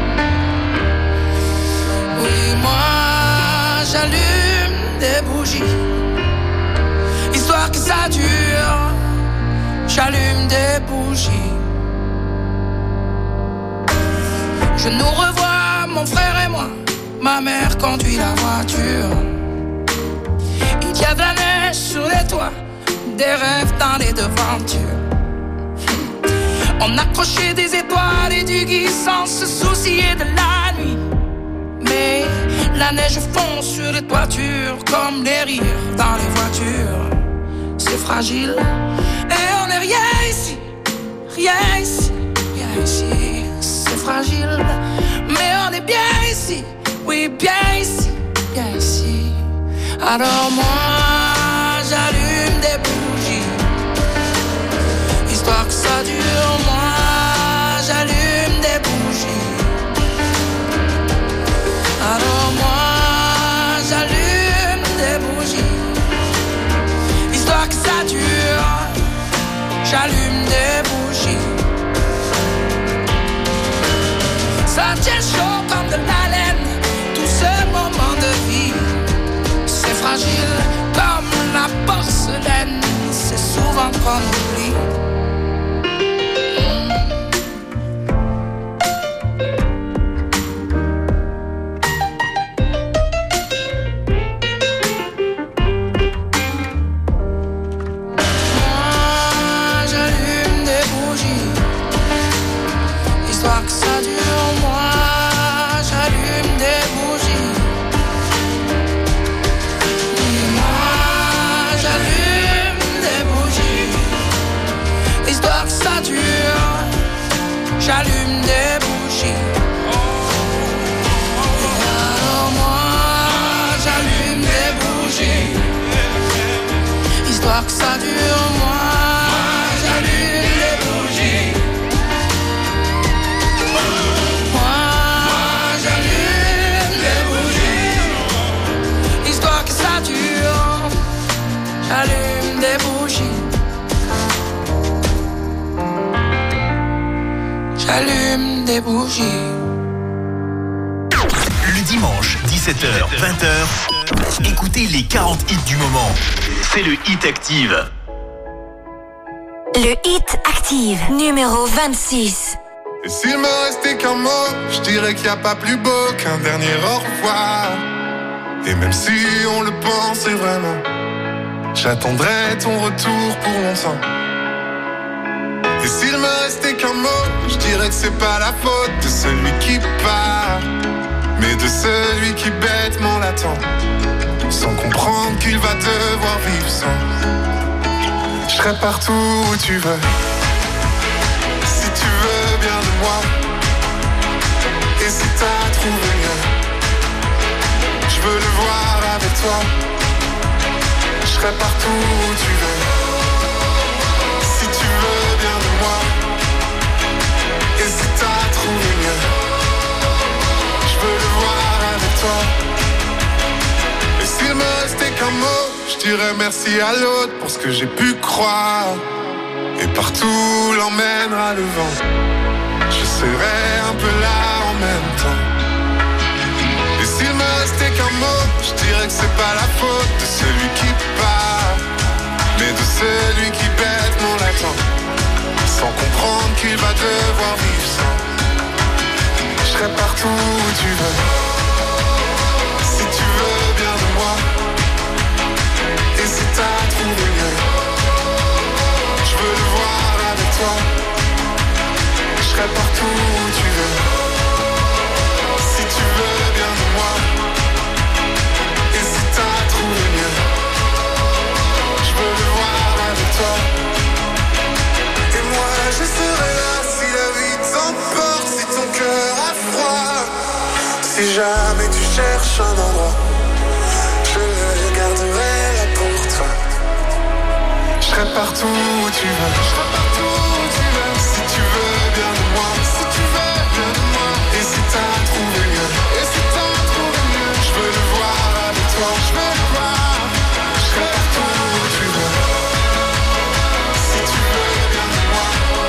oui moi j'allume des bougies, histoire que ça dure. J'allume des bougies. Je nous revois, mon frère et moi. Ma mère conduit la voiture. Il y a de la neige sur les toits, des rêves dans les devantures. On accrochait des étoiles et du gui sans se soucier de la nuit. Mais la neige fond sur les toitures comme les rires dans les voitures. C'est fragile et on n'est rien ici, rien ici, rien ici. C'est fragile, mais on est bien ici, oui bien ici, bien ici. Alors moi j'allume des bougies, histoire que ça dure. Moi j'allume des bougies. Alors moi j'allume des bougies, histoire que ça dure. J'allume des bougies. Ça tient chaud comme de la laine, tout ce moment de vie. C'est fragile comme la porcelaine, c'est souvent qu'on oublie. Moi j'allume des bougies, histoire que ça dure. J'allume des bougies. Alors moi j'allume des bougies, histoire que ça dure. Moi j'allume des bougies. Moi j'allume des bougies, histoire que ça dure. J'allume des bougies. J'allume des bougies. Le dimanche, 17h, 20h, écoutez les 40 hits du moment. C'est le Hit Active. Le Hit Active, numéro 26. Et s'il me restait qu'un mot, je dirais qu'il n'y a pas plus beau qu'un dernier au revoir. Et même si on le pensait vraiment, j'attendrai ton retour pour longtemps. Et s'il me restait qu'un mot, je dirais que c'est pas la faute de celui qui part, mais de celui qui bêtement l'attend, sans comprendre qu'il va devoir vivre sans. Je serai partout où tu veux, si tu veux bien de moi. Et si t'as trouvé mieux, je veux le voir avec toi. Je serai partout où tu veux, si tu veux bien de moi. Et si t'as trouvé mieux, je veux le voir avec toi. Et s'il me restait qu'un mot, je dirais merci à l'autre pour ce que j'ai pu croire. Et partout l'emmènera le vent, je serai un peu là en même temps. Et s'il me restait qu'un mot, je dirais que c'est pas la faute de celui qui part, mais de celui qui bêtement l'attend, sans comprendre qu'il va devoir vivre sans. partout où tu veux. Si tu veux bien de moi, et si t'as trouvé mieux, je veux le voir avec toi. Je serai partout où tu veux. Si tu veux bien de moi, et si t'as trouvé mieux, je veux le voir avec toi. Et moi je serai là si la vie t'emporte, si ton cœur a froid. Si jamais tu cherches un endroit, je le garderai là pour toi. Je serai partout où tu veux. Je serai partout où tu veux. Si tu veux bien de moi, si tu veux bien de moi. Et si t'as trouvé mieux, et si t'as trouvé mieux, je veux le voir avec toi. Je veux le voir. Je serai partout où tu veux. Si tu veux bien de moi,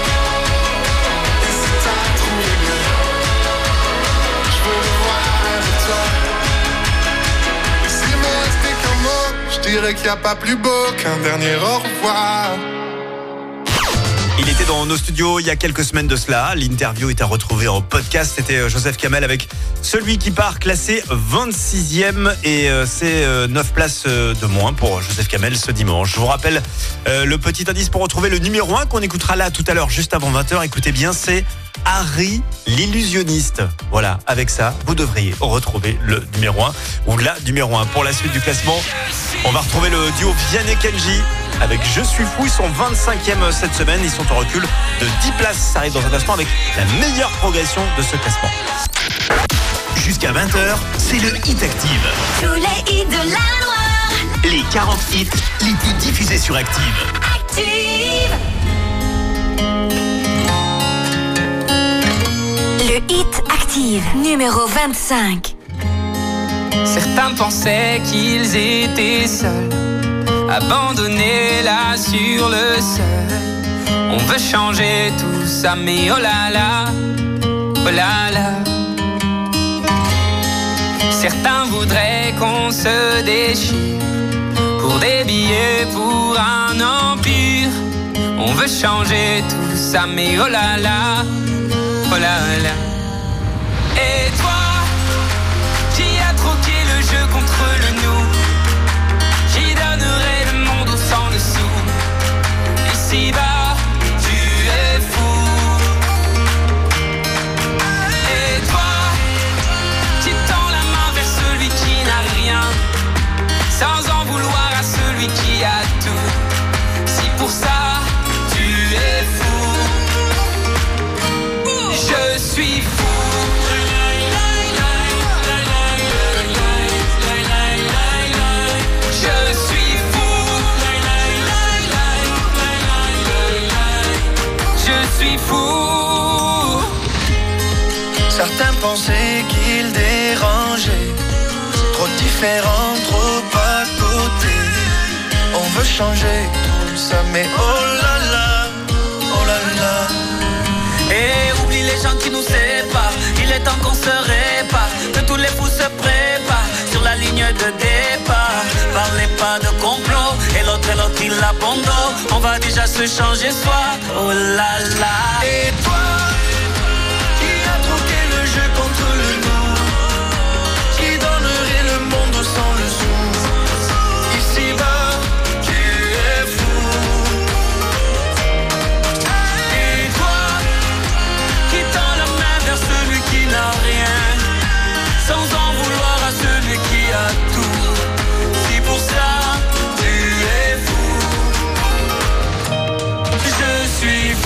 et si t'as trouvé mieux, je veux le voir avec toi. Et s'il me restait qu'un mot, je dirais qu'il n'y a pas plus beau qu'un dernier au revoir. Il était dans nos studios il y a quelques semaines de cela. L'interview est à retrouver en podcast. C'était Joseph Kamel avec Celui qui part, classé 26e. Et c'est 9 places de moins pour Joseph Kamel ce dimanche. Je vous rappelle le petit indice pour retrouver le numéro 1 qu'on écoutera là tout à l'heure, juste avant 20h. Écoutez bien, c'est Harry l'illusionniste. Voilà, avec ça, vous devriez retrouver le numéro 1 ou la numéro 1. Pour la suite du classement, on va retrouver le duo Vianney Kenji avec Je suis fou. Ils sont 25e cette semaine. Ils sont en recul de 10 places. Ça arrive dans un classement avec la meilleure progression de ce classement. Jusqu'à 20h, c'est le Hit Active. Tous les hits de la Loire. Les 40 hits les plus diffusés sur Active. Active. Le Hit Active, numéro 25. Certains pensaient qu'ils étaient seuls, abandonnés là sur le sol. On veut changer tout ça, mais oh là là, oh là là. Certains voudraient qu'on se déchire pour des billets, pour un empire. On veut changer tout ça, mais oh là là, oh là là. Et toi, qui a troqué le jeu contre le nous, qui donnerait le monde au sang dessous. Ici-bas, tu es fou. Et toi, qui tend la main vers celui qui n'a rien, sans en vouloir à celui qui a tout. Si pour ça, tu es fou. Je suis fou. Fou. Certains pensaient qu'ils dérangeaient, trop différents, trop à côté. On veut changer tout ça, mais oh là là, oh là là. Et oublie les gens qui nous séparent, il est temps qu'on se répare, que tous les fous se préparent sur la ligne de départ. Parlez pas de complot, et l'autre il abandonne. On va déjà se changer soi, oh là là. Et toi, qui a troqué le jeu contre le nous, qui donnerait le monde sans le sou. Ici-bas, tu es fou. Et toi, qui tend la main vers celui qui n'a rien, sans en vouloir à celui qui a tout. Si pour ça, tu es fou. Je suis fou.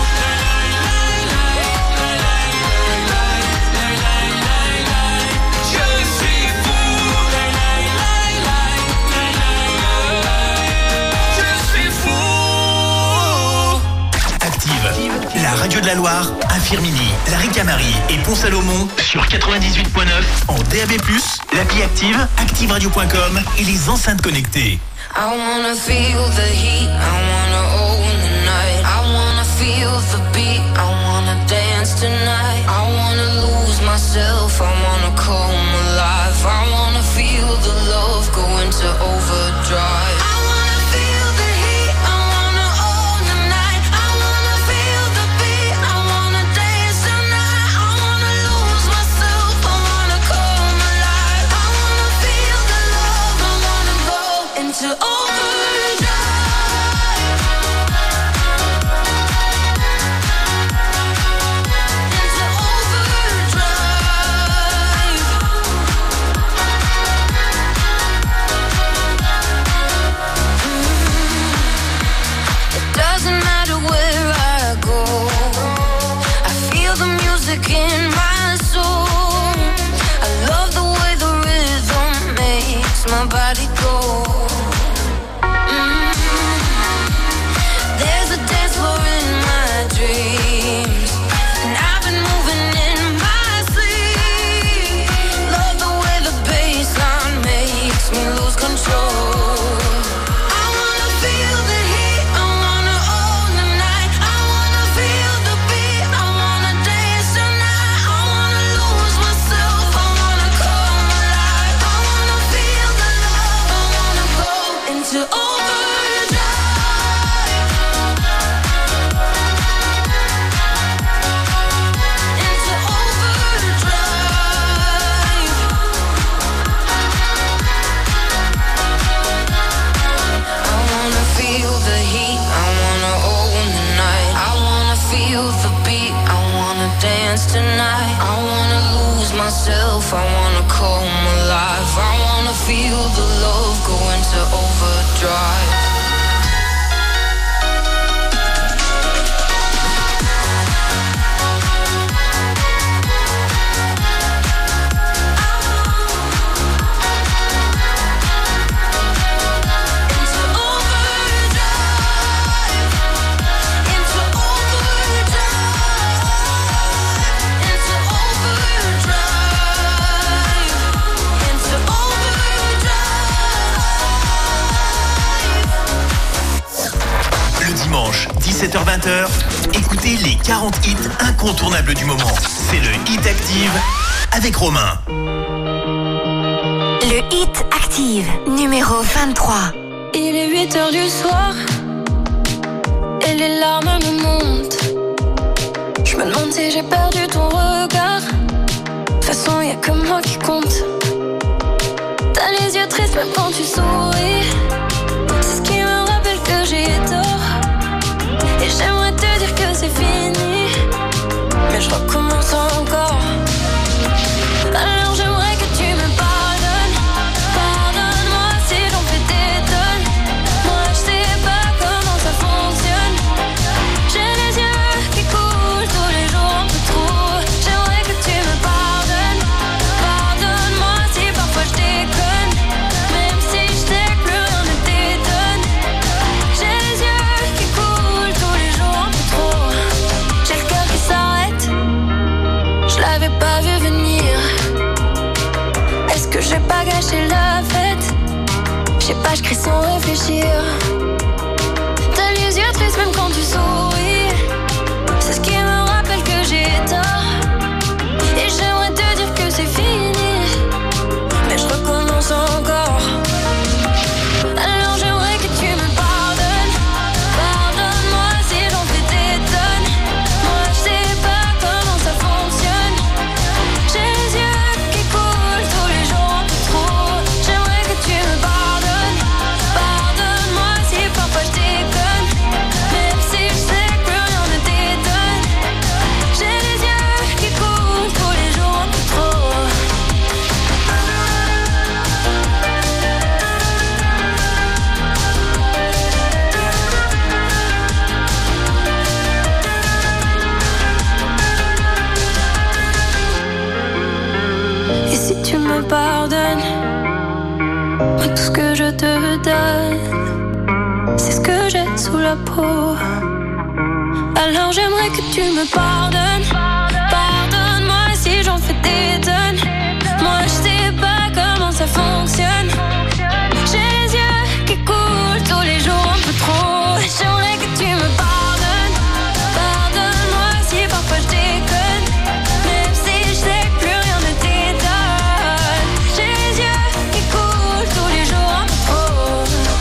La radio de la Loire, à Firminy, la Ricamarie et Pont-Salomon sur 98.9 en DAB+, l'appli Active, activeradio.com et les enceintes connectées. I wanna feel the heat, I wanna own the night. I wanna feel the beat, I wanna dance tonight. I wanna lose myself, I wanna come alive. I wanna feel the love go into overdrive. I wanna feel the heat, I wanna own the night. I wanna feel the beat, I wanna dance tonight. I wanna lose myself. dance tonight. I wanna lose myself, I wanna come alive. I wanna feel the love go into overdrive. Dimanche, 17h-20h, écoutez les 40 hits incontournables du moment. C'est le Hit Active avec Romain. Le Hit Active, numéro 23. Il est 8h du soir et les larmes me montent. Je me demande si j'ai perdu ton regard. De toute façon, y'a que moi qui compte. T'as les yeux tristes même quand tu souris. C'est ce qui me rappelle que j'ai tort. Et j'aimerais te dire que c'est fini, mais je recommence encore. Alors j'aimerais que tu me pardonnes. Pardonne-moi si j'en fais des tonnes. Moi je sais pas comment ça fonctionne. J'ai les yeux qui coulent tous les jours un peu trop. J'aimerais que tu me pardonnes. Pardonne-moi si parfois je déconne. Même si je sais que plus rien ne t'étonne. J'ai les yeux qui coulent tous les jours un peu trop. J'ai le cœur qui s'arrête. Je l'avais pas vu venir. Est-ce que j'ai pas gâché la fête? Je sais pas, je crie sans réfléchir. T'as les yeux tristes même quand tu souris. C'est ce qui me rappelle que j'ai tort. Et j'aimerais te dire que c'est fini, mais je recommence encore. Alors j'aimerais que tu me pardonnes. Pardonne-moi si j'en fais des tonnes. Moi je sais pas comment ça fonctionne. J'ai les yeux qui coulent tous les jours un peu trop. J'aimerais que tu me pardonnes. Pardonne-moi si parfois je déconne. Même si je sais que plus rien ne t'étonne. J'ai les yeux qui coulent tous les jours un peu trop. Et si tu me pardonnes, moi tout ce que je te donne, c'est ce que j'ai sous la peau. Alors j'aimerais que tu me pardonnes. Pardonne-moi si j'en fais des tonnes. Moi je sais pas comment ça fonctionne. J'ai les yeux qui coulent tous les jours un peu trop. J'aimerais que tu me pardonnes. Pardonne-moi si parfois je déconne. Même si je sais que plus rien ne t'étonne. J'ai les yeux qui coulent tous les jours un peu trop.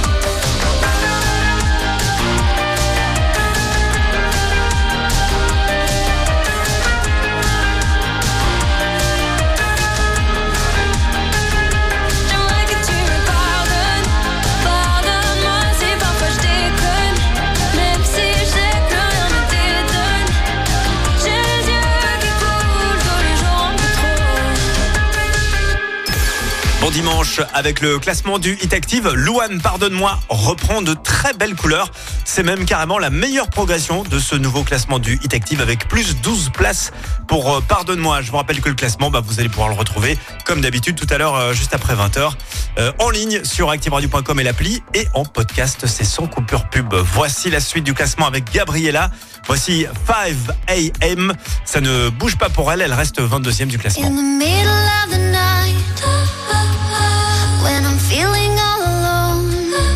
J'aimerais que tu me pardonnes. Pardonne-moi si parfois je déconne. Même si je sais que plus rien ne t'étonne. J'ai les yeux qui coulent tous les jours un peu trop. Bon dimanche avec le classement du Hit Active. Louane, pardonne-moi, reprend de très belles couleurs. C'est même carrément la meilleure progression de ce nouveau classement du Hit Active avec plus 12 places pour Pardonne-moi. Je vous rappelle que le classement, vous allez pouvoir le retrouver comme d'habitude tout à l'heure, juste après 20h, en ligne sur activeradio.com et l'appli et en podcast, c'est sans coupure pub. Voici la suite du classement avec Gabriella. Voici 5 AM. Ça ne bouge pas pour elle, elle reste 22e du classement. In the middle of the night, when I'm feeling all alone,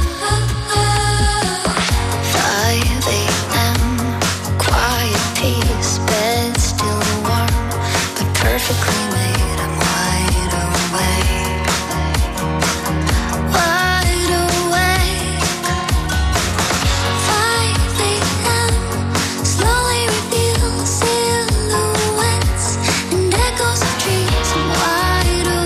5 a.m., quiet peace, bed still warm, but perfectly made. I'm wide awake, wide awake. 5 a.m., slowly reveal silhouettes and echoes of dreams. I'm wide awake.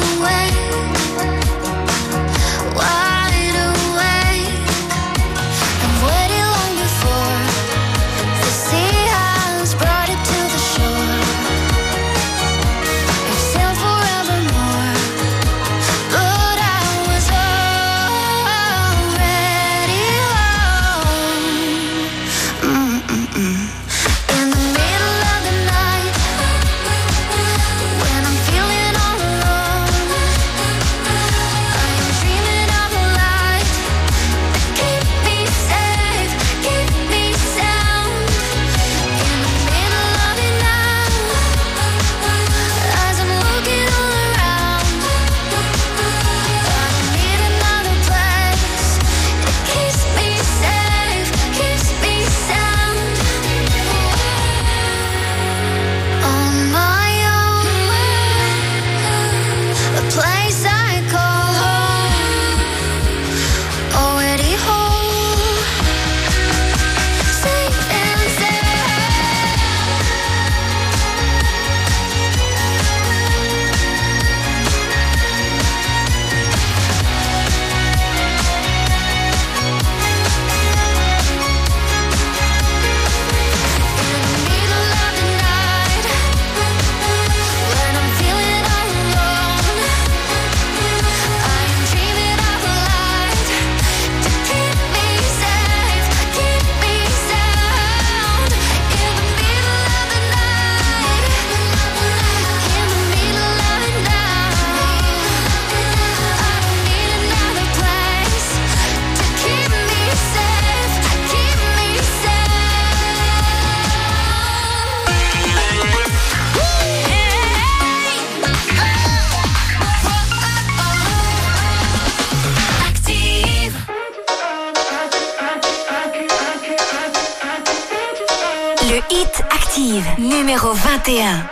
Le Hit Active, numéro 21.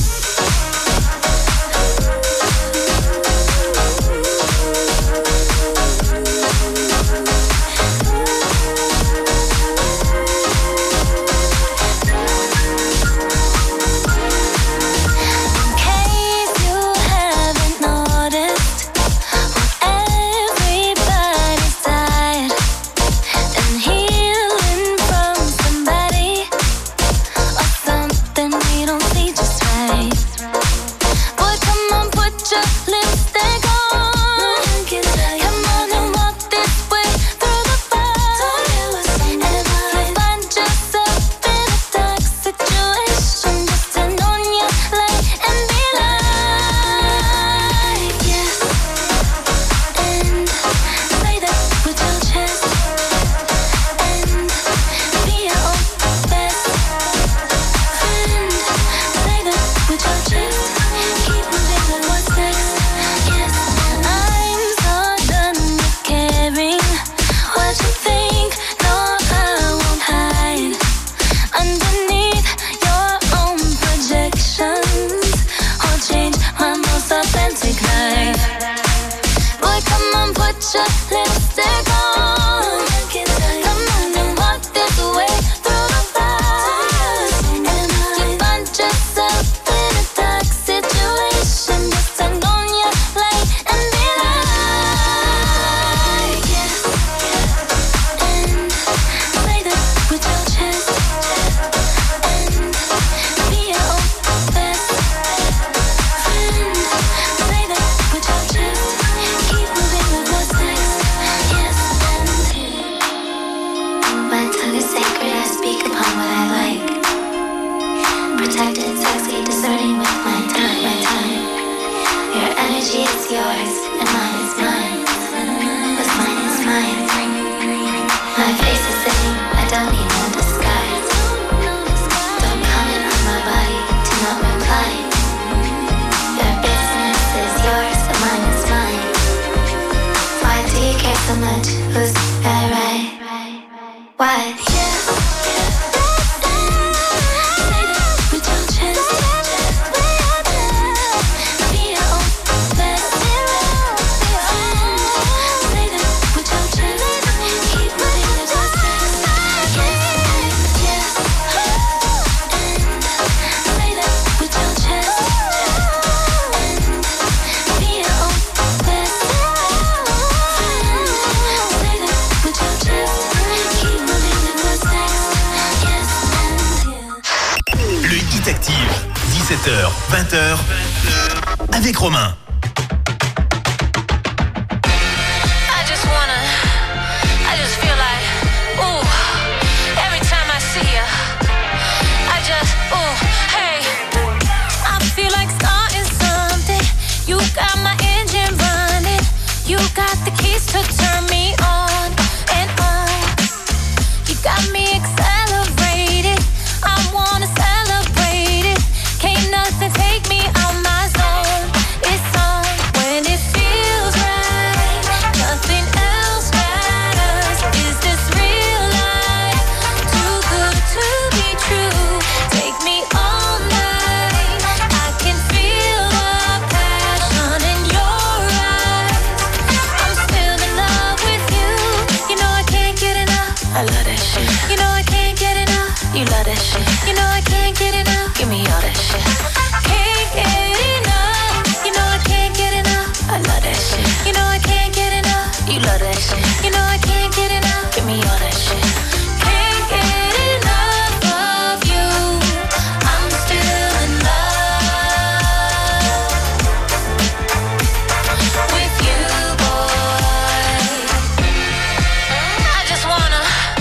Avec Romain.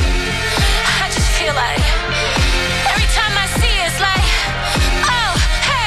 Feel like every time I see it's like, oh, hey.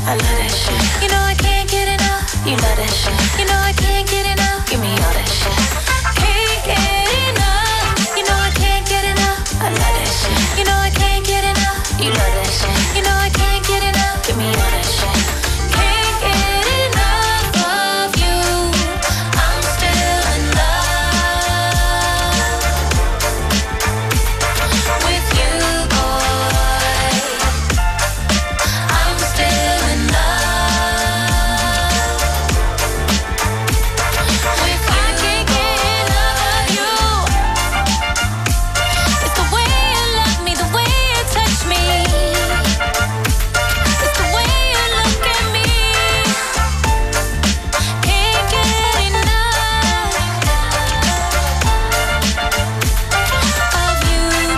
I love that shit. You know I can't get enough. You love that shit. You know I can't get enough. Give me all that shit. Can't get enough. You know I can't get enough. I love that shit. You know I can't get enough. You love that shit. You know I can't get enough. Give me all that shit. Can't get enough of you. I'm still in love with you, boy. I'm still in love with you. I can't get enough of you. It's the way you love me, the way you touch me. It's the way you look at me. Can't get enough of you,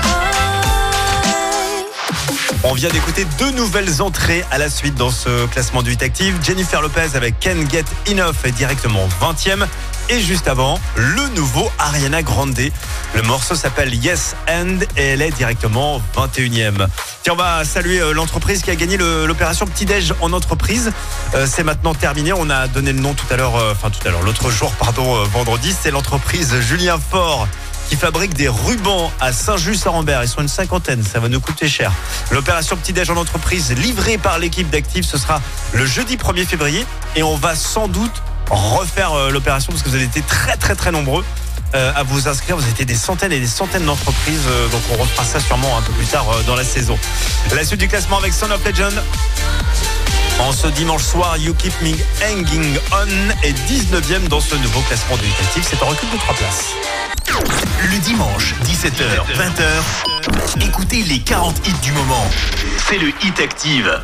boy. On vient d'écouter 2 nouvelles entrées à la suite dans ce classement du Hit Active. Jennifer Lopez avec Can't Get Enough est directement 20e. Et juste avant, le nouveau Ariana Grande. Le morceau s'appelle Yes And et elle est directement 21e. Tiens, on va saluer l'entreprise qui a gagné l'opération Petit-Déj en entreprise. C'est maintenant terminé. On a donné le nom tout à l'heure, l'autre jour, vendredi. C'est l'entreprise Julien Faure qui fabrique des rubans à Saint-Just-Saint-Rambert. Ils sont une 50aine, ça va nous coûter cher. L'opération Petit-Déj en entreprise livrée par l'équipe d'Active, ce sera le jeudi 1er février. Et on va sans doute refaire l'opération parce que vous avez été très très très nombreux à vous inscrire. Vous avez été des centaines et des centaines d'entreprises. Donc on refera ça sûrement un peu plus tard dans la saison. La suite du classement avec Son of Legend. En ce dimanche soir, You Keep Me Hanging On est 19e dans ce nouveau classement du Hit Active. C'est un recul de 3 places. Le dimanche, 17h, 20h, écoutez les 40 hits du moment. C'est le Hit Active.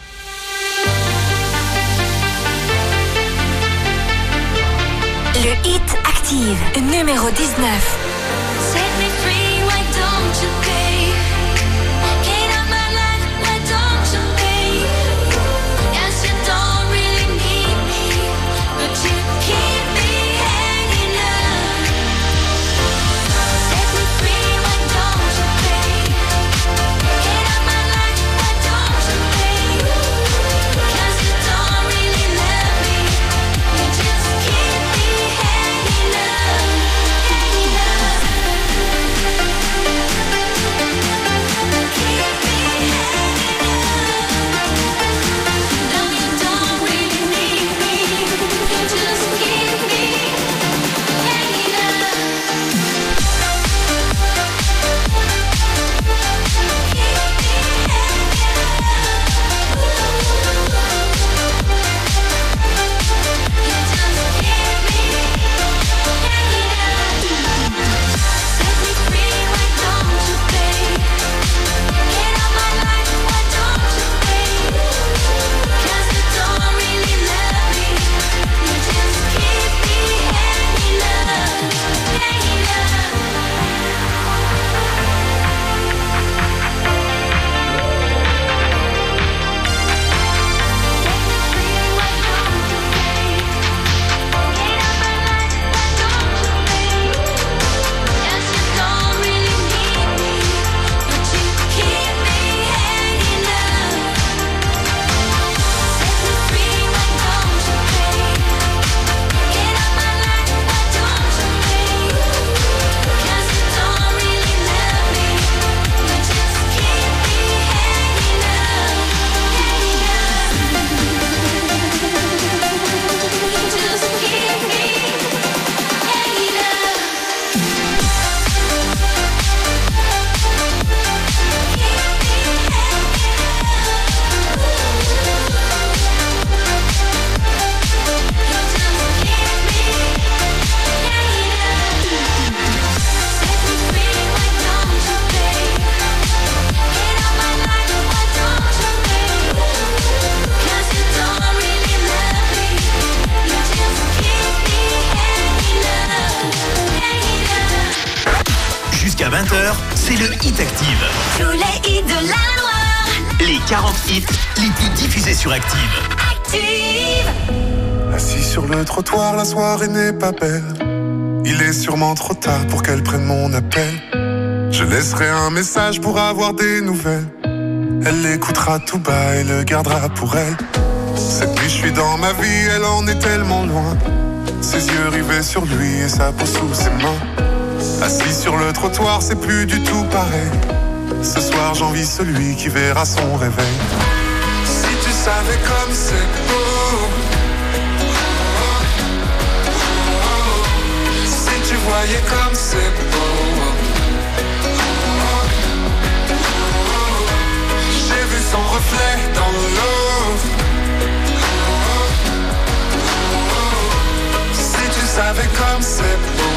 Le Hit Active, numéro 19. Set me free, why don't you pay? Get out my life, why don't you pay? Yes, you don't really need me, but you keep me hanging on. Set me free, why don't you pay? Get out my life, why don't you pay? Yes, you don't really love me, you just keep me hanging on, hanging on. Jusqu'à 20h, c'est le Hit Active. Tous les hits de la Loire. Les 40 hits les plus diffusés sur Active. Active. Assis sur le trottoir, la soirée n'est pas belle. Il est sûrement trop tard pour qu'elle prenne mon appel. Je laisserai un message pour avoir des nouvelles. Elle l'écoutera tout bas et le gardera pour elle. Cette nuit je suis dans ma vie, elle en est tellement loin. Ses yeux rivés sur lui et sa peau sous ses mains. Assis sur le trottoir, c'est plus du tout pareil. Ce soir j'envie celui qui verra son réveil. Si tu savais comme c'est beau, si tu voyais comme c'est beau. J'ai vu son reflet dans l'eau. Si tu savais comme c'est beau.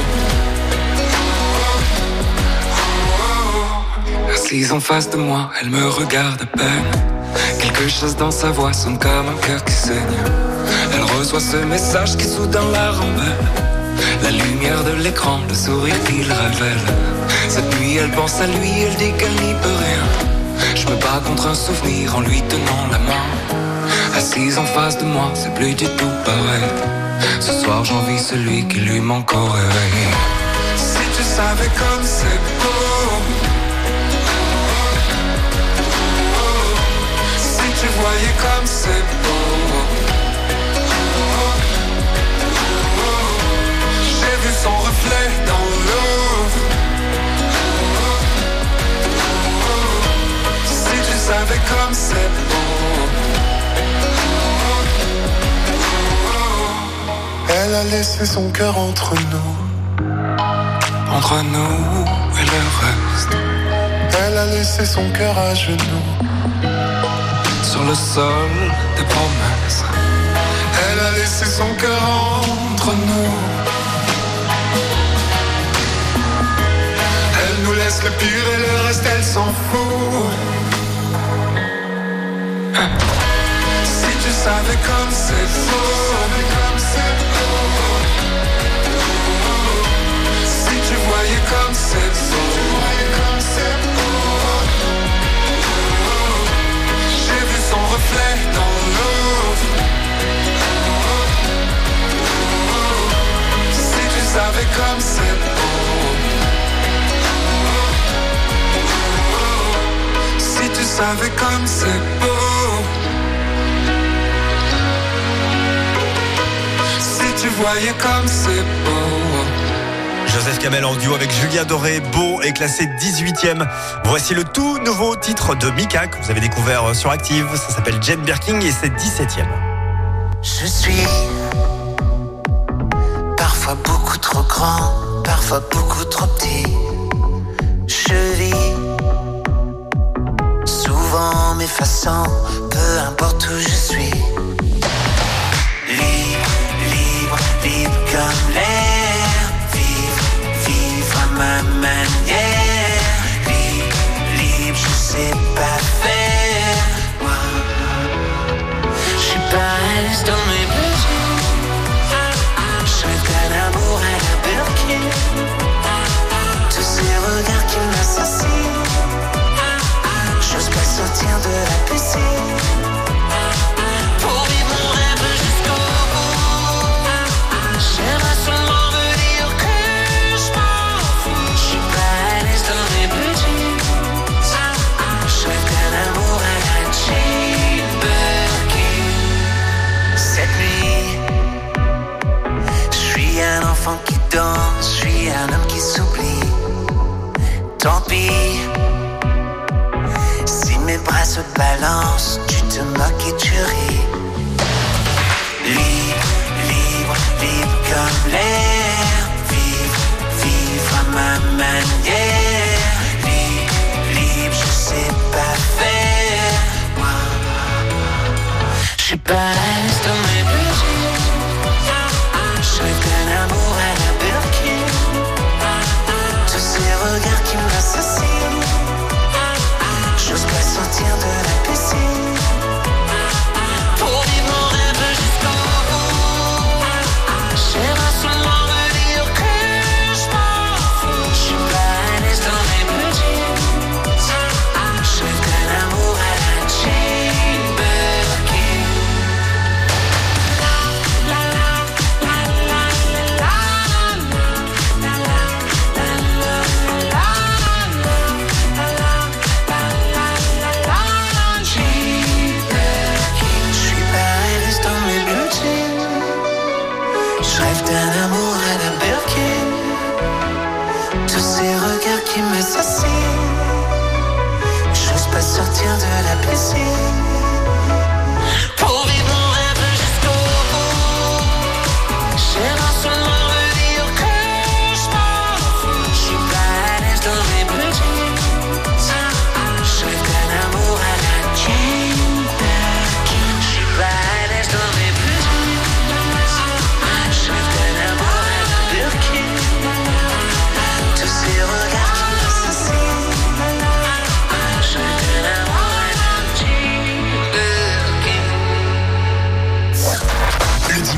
Assise en face de moi, elle me regarde à peine. Quelque chose dans sa voix sonne comme un cœur qui saigne. Elle reçoit ce message qui soudain la rend belle. La lumière de l'écran, le sourire qu'il révèle. Cette nuit elle pense à lui, elle dit qu'elle n'y peut rien. Je me bats contre un souvenir en lui tenant la main. Assise en face de moi, c'est plus du tout pareil. Ce soir j'envie celui qui lui manque au réveil. Si tu savais comme c'est beau. Si tu voyais comme c'est beau. J'ai vu son reflet dans l'eau. Si tu savais comme c'est beau. Elle a laissé son cœur entre nous. Entre nous et le reste. Elle a laissé son cœur à genoux. Sur le sol des promesses. Elle a laissé son cœur entre nous. Elle nous laisse le pire et le reste elle s'en fout. Si tu savais comme c'est beau. Si tu voyais comme c'est beau. J'ai vu son reflet dans l'eau. Si tu savais comme c'est beau. Si tu savais comme c'est beau. Si tu voyais comme c'est beau. Joseph Kamel en duo avec Julien Doré, Beau est classé 18e. Voici le tout nouveau titre de Mika que vous avez découvert sur Active. Ça s'appelle Jane Birkin et c'est 17e. Je suis parfois beaucoup trop grand, parfois beaucoup trop petit. Je vis souvent m'effaçant, peu importe où je suis. Libre, libre, libre comme l'air. Vivre à ma manière. Libre, libre, je sais pas faire. Je suis pas à l'aise dans mes besoins. Je rêve d'un amour à la Birkin. Tous ces regards qui m'assassinent. J'ose pas sortir de la piscine. Pour vivre mon rêve jusqu'au bout. J'aimerais seulement me dire que je m'en fous. Je suis pas à l'aise dans mes petits. Je rêve d'un amour à la Jane Birkin. Cette nuit, je suis un enfant qui danse, je suis un homme qui s'oublie. Tant pis, si mes bras se balancent, tu te moques et tu ris. Libre, libre, libre comme l'air. Vivre, vivre à ma manière. Libre, libre, je sais pas faire. Je suis pas à l'aise dans mes besoins. Je rêve d'un amour à la Birkin. Tous ces regards qui m'assassinent. J'ose pas sortir de la piscine. Pour vivre mon rêve jusqu'au bout. J'aimerais seulement me dire que je m'en fous. Je suis pas à l'aise dans mes petits. Je rêve d'un amour à la Jane Birkin.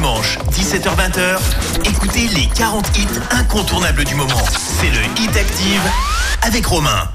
dimanche, 17h-20h, écoutez les 40 hits incontournables du moment. C'est le Hit Active avec Romain.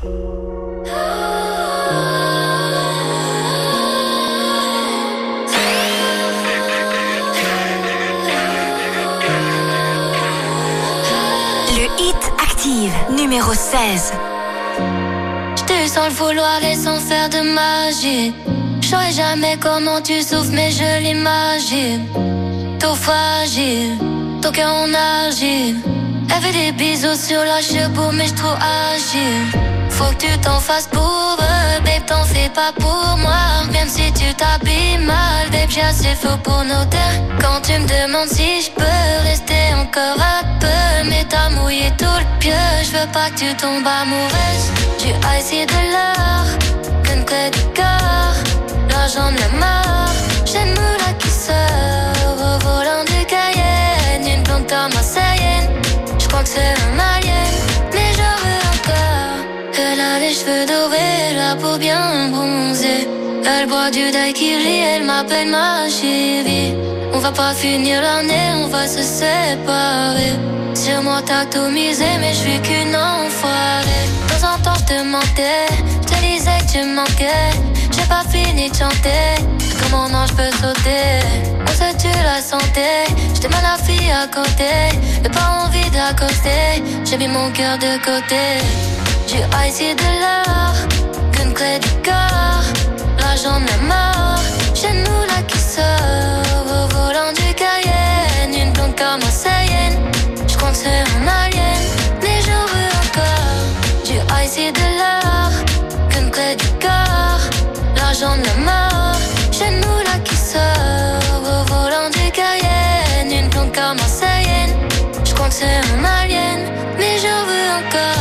Le Hit Active, numéro 16. J't'ai eu sans le vouloir et sans faire de magie. J'saurais jamais comment tu souffres, mais je l'imagine. Tout fragile, ton cœur en argile. Elle fait des bisous sur la cheveux, mais j'trouve agile. Faut que tu t'en fasses pour eux, babe, t'en fais pas pour moi. Même si tu t'habilles mal, babe, j'ai assez faux pour nos terres. Quand tu me demandes si j'peux rester encore un peu, mais t'as mouillé tout le pieu, j'veux pas que tu tombes amoureuse. Du ice et de l'or, qu'une clé du corps. L'argent de la mort, j'ai une moula qui sort au volant du Cayenne. Une blonde comme Marseillenne, j'crois que c'est un alien, mais j'en veux encore. Elle a les cheveux dorés, la peau bien bronzée. Elle boit du daiquiri, elle m'appelle ma chérie. On va pas finir l'année, on va se séparer. Sur moi t'as tout misé, mais je suis qu'une enfoirée. De temps en temps je te mentais, je te disais que tu manquais. J'ai pas fini de chanter, comment non je peux sauter. On se tue la santé, j'étais mal la fille à côté. J'ai pas envie d'accoster, j'ai mis mon cœur de côté. Du ice et de l'or, qu'une clé du corps. L'argent de la mort, j'ai une moula qui sort au volant du Cayenne. Une blonde comme Marseillenne, j'crois que c'est un alien, mais j'en veux encore. Du ice et de l'or, qu'une clé du corps. L'argent de la mort, j'ai une moula qui sort au volant du Cayenne. Une blonde comme Marseillenne, j'crois que c'est un alien, mais j'en veux encore.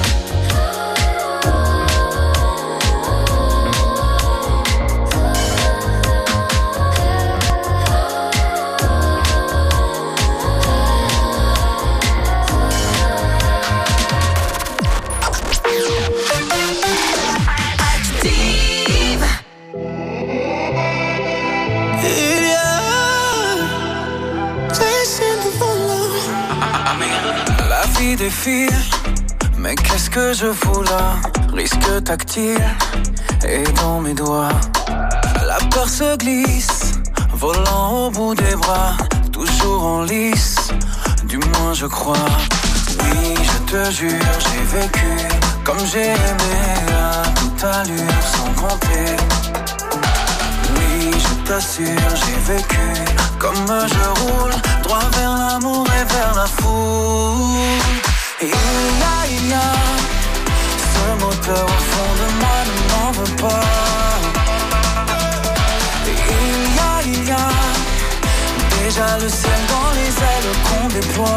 Des filles, mais qu'est-ce que je fous là? Risque tactile et dans mes doigts. La peur se glisse, volant au bout des bras, toujours en lice, du moins je crois. Oui, je te jure, j'ai vécu comme j'ai aimé à toute allure, sans compter. Oui, je t'assure, j'ai vécu comme je roule, droit vers l'amour et vers la foule. Et il y a ce moteur au fond de moi, ne m'en veux pas. Et il y a déjà le ciel dans les ailes qu'on déploie.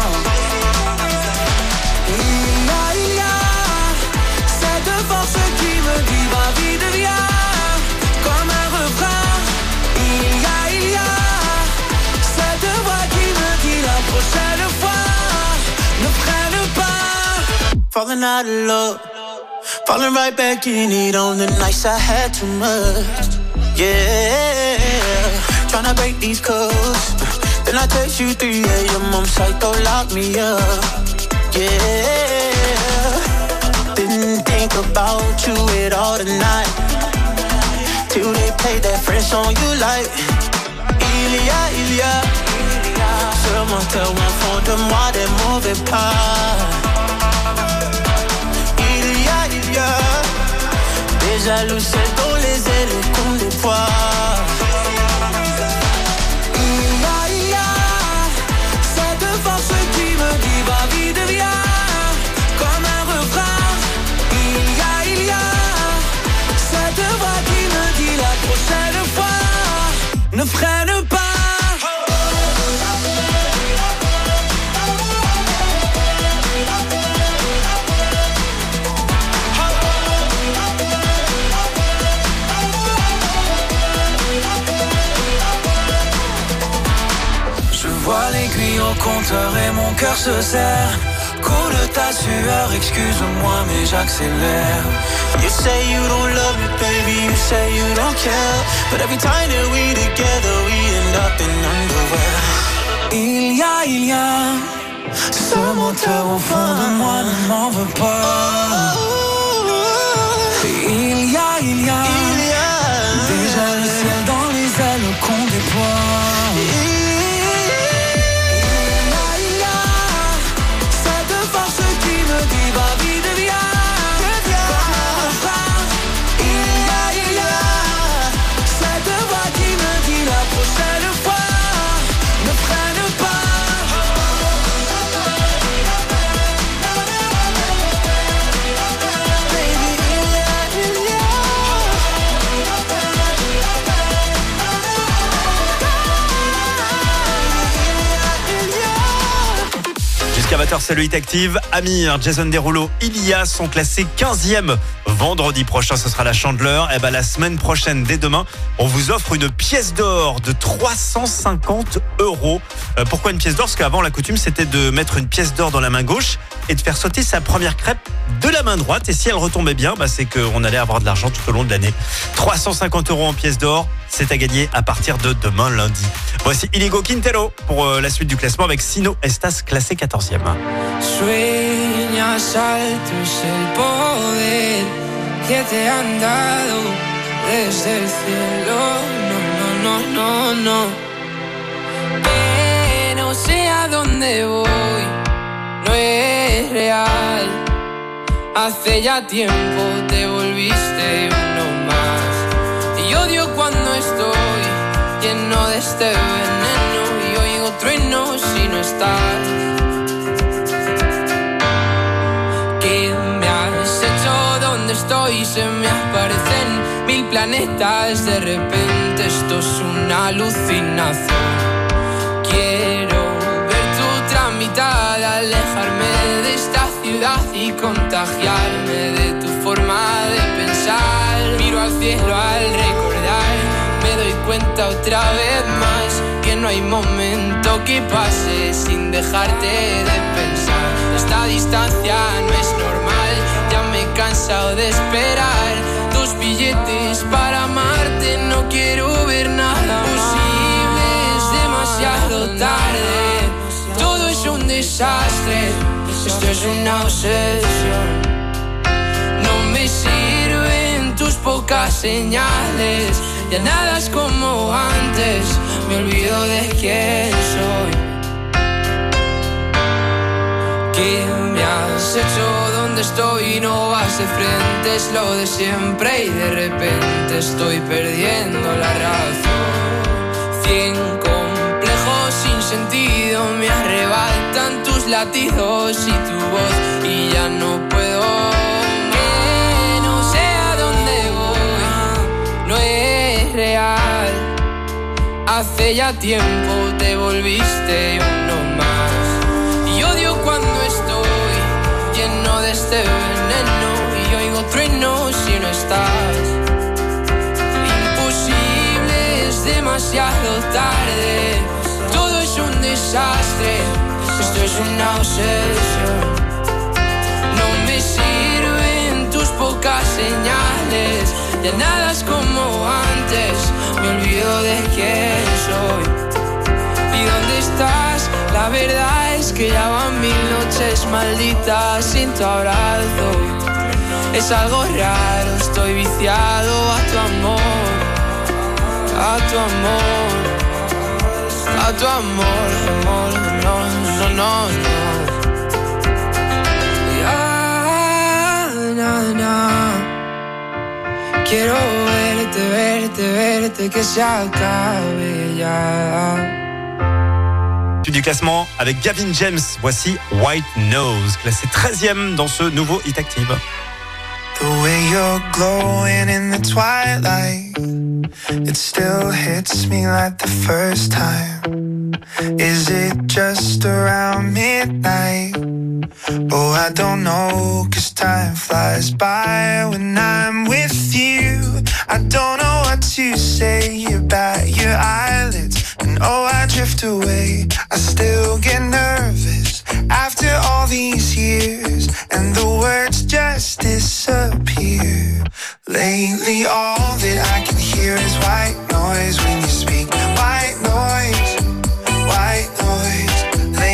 Et il y a cette force qui me dit va-y, deviens comme un refrain. Il y a cette voix qui me dit la prochaine fois ne freine pas. Falling out of love, falling right back in it on the nights I had too much. Yeah, tryna break these codes. Then I text you 3 a.m. I'm psycho, lock me up. Yeah, didn't think about you at all tonight, till they played that French song you like. Il y a sur mon cœur au fond de moi des mauvais pas. Il y a déjà le ciel dans les ailes qu'on déploie. Il y a cette force qui me dit va-y, deviens comme un refrain. Il y a cette voix qui me dit la prochaine fois ne freine pas. Je vois l'aiguille au compteur et mon cœur se serre. Coule ta sueur, excuse-moi mais j'accélère. You say you don't love me, baby, you say you don't care. But every time that we together, we end up in underwear. ce moteur au fond de moi ne m'en veut pas. Il y a déjà le ciel dans les ailes qu'on déploie. Il y a cette force qui me dit va vite, viens. Il y a cette voix qui me dit la prochaine fois ne freine pas. Jusqu'à 20h, c'est le Hit Active. Amir, Jason Derulo, Ilia sont classés 15e. Vendredi prochain, ce sera la Chandeleur. Et la semaine prochaine, dès demain, on vous offre une pièce d'or de 350 €. Pourquoi une pièce d'or ? Parce qu'avant, la coutume, c'était de mettre une pièce d'or dans la main gauche et de faire sauter sa première crêpe de la main droite. Et si elle retombait bien, c'est qu'on allait avoir de l'argent tout au long de l'année. 350 € en pièce d'or, c'est à gagner à partir de demain lundi. Voici Inigo Quintero pour la suite du classement avec Sino Estas classé 14e. Sueñas alto es el poder que te han dado desde el cielo. No. Pero sé a dónde voy, no es real. Hace ya tiempo te volviste uno más. Y odio cuando estoy lleno de este veneno y oigo truenos si no estás. ¿Qué me has hecho? ¿Dónde estoy? Se me aparecen 1000 planetas. De repente esto es una alucinación. Quiero ver tu tramitada, alejarme de esta ciudad y contagiarme de tu forma de pensar. Miro al cielo al recordar, me doy cuenta otra vez más que no hay momento que pase sin dejarte de pensar. Esta distancia no es normal, ya me he cansado de esperar tus billetes para amarte. No quiero ver nada posible, es demasiado tarde. Todo es un desastre, esto es una obsesión. No me sirven tus pocas señales, ya nada es como antes, me olvido de quién soy. ¿Qué me has hecho? ¿Dónde estoy? No vas de frente, es lo de siempre y de repente estoy perdiendo la razón. 100 complejos sin sentido me arrebatan tus latidos y tu voz y ya no puedo. Que no sé a dónde voy, no es real. Hace ya tiempo te volviste uno más. Y odio cuando estoy lleno de este veneno y oigo truenos si no estás. Imposible, es demasiado tarde. Todo es un desastre, esto es una obsesión. No me sirven tus pocas señales, ya nada es como antes, me olvido de quién soy. ¿Y dónde estás? La verdad es que ya van 1000 noches malditas sin tu abrazo. Es algo raro, estoy viciado a tu amor, a tu amor, a tu amor, amor, no. Ya, quiero verte, que se acabe ya. Du classement avec Gavin James, voici White Nose, classé 13e dans ce nouveau Hit Active. The way you're glowing in the twilight, it still hits me like the first time. Is it just around midnight? Oh, I don't know, 'cause time flies by when I'm with you. I don't know what to say about your eyelids, and oh, I drift away. I still get nervous after all these years, and the words just disappear. Lately all that I can hear is white noise when you speak. White noise, white noise.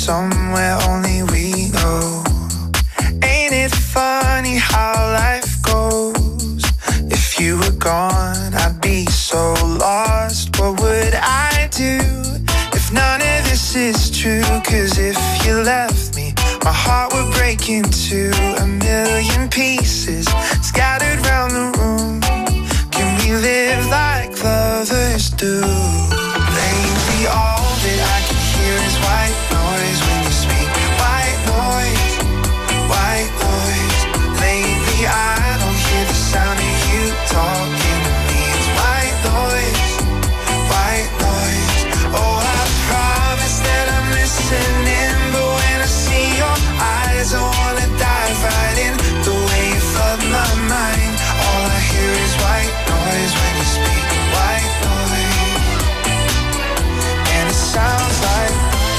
somewhere only we know. Ain't it funny how life goes? If you were gone, I'd be so lost. What would I do if none of this is true? 'Cause if you left me, my heart would break into a million pieces, scattered round the room. Can we live like lovers do? Lately all that I can hear is white noise when you speak. White noise, white noise. Lately I don't hear the sound of you talking to me. It's white noise, white noise. Oh, I promise that I'm listening, but when I see your eyes I wanna dive right in. The way you flood my mind, all I hear is white noise when you speak. White noise, and it sounds like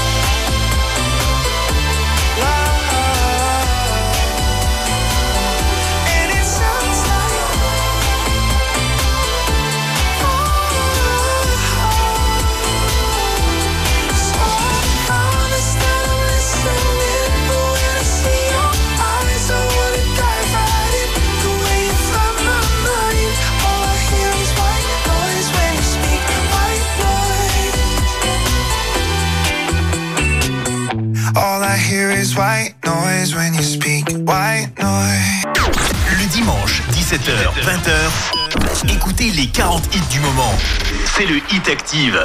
all I hear is white noise when you speak. White noise. Le dimanche, 17h, 20h, écoutez les 40 hits du moment. C'est le Hit Active.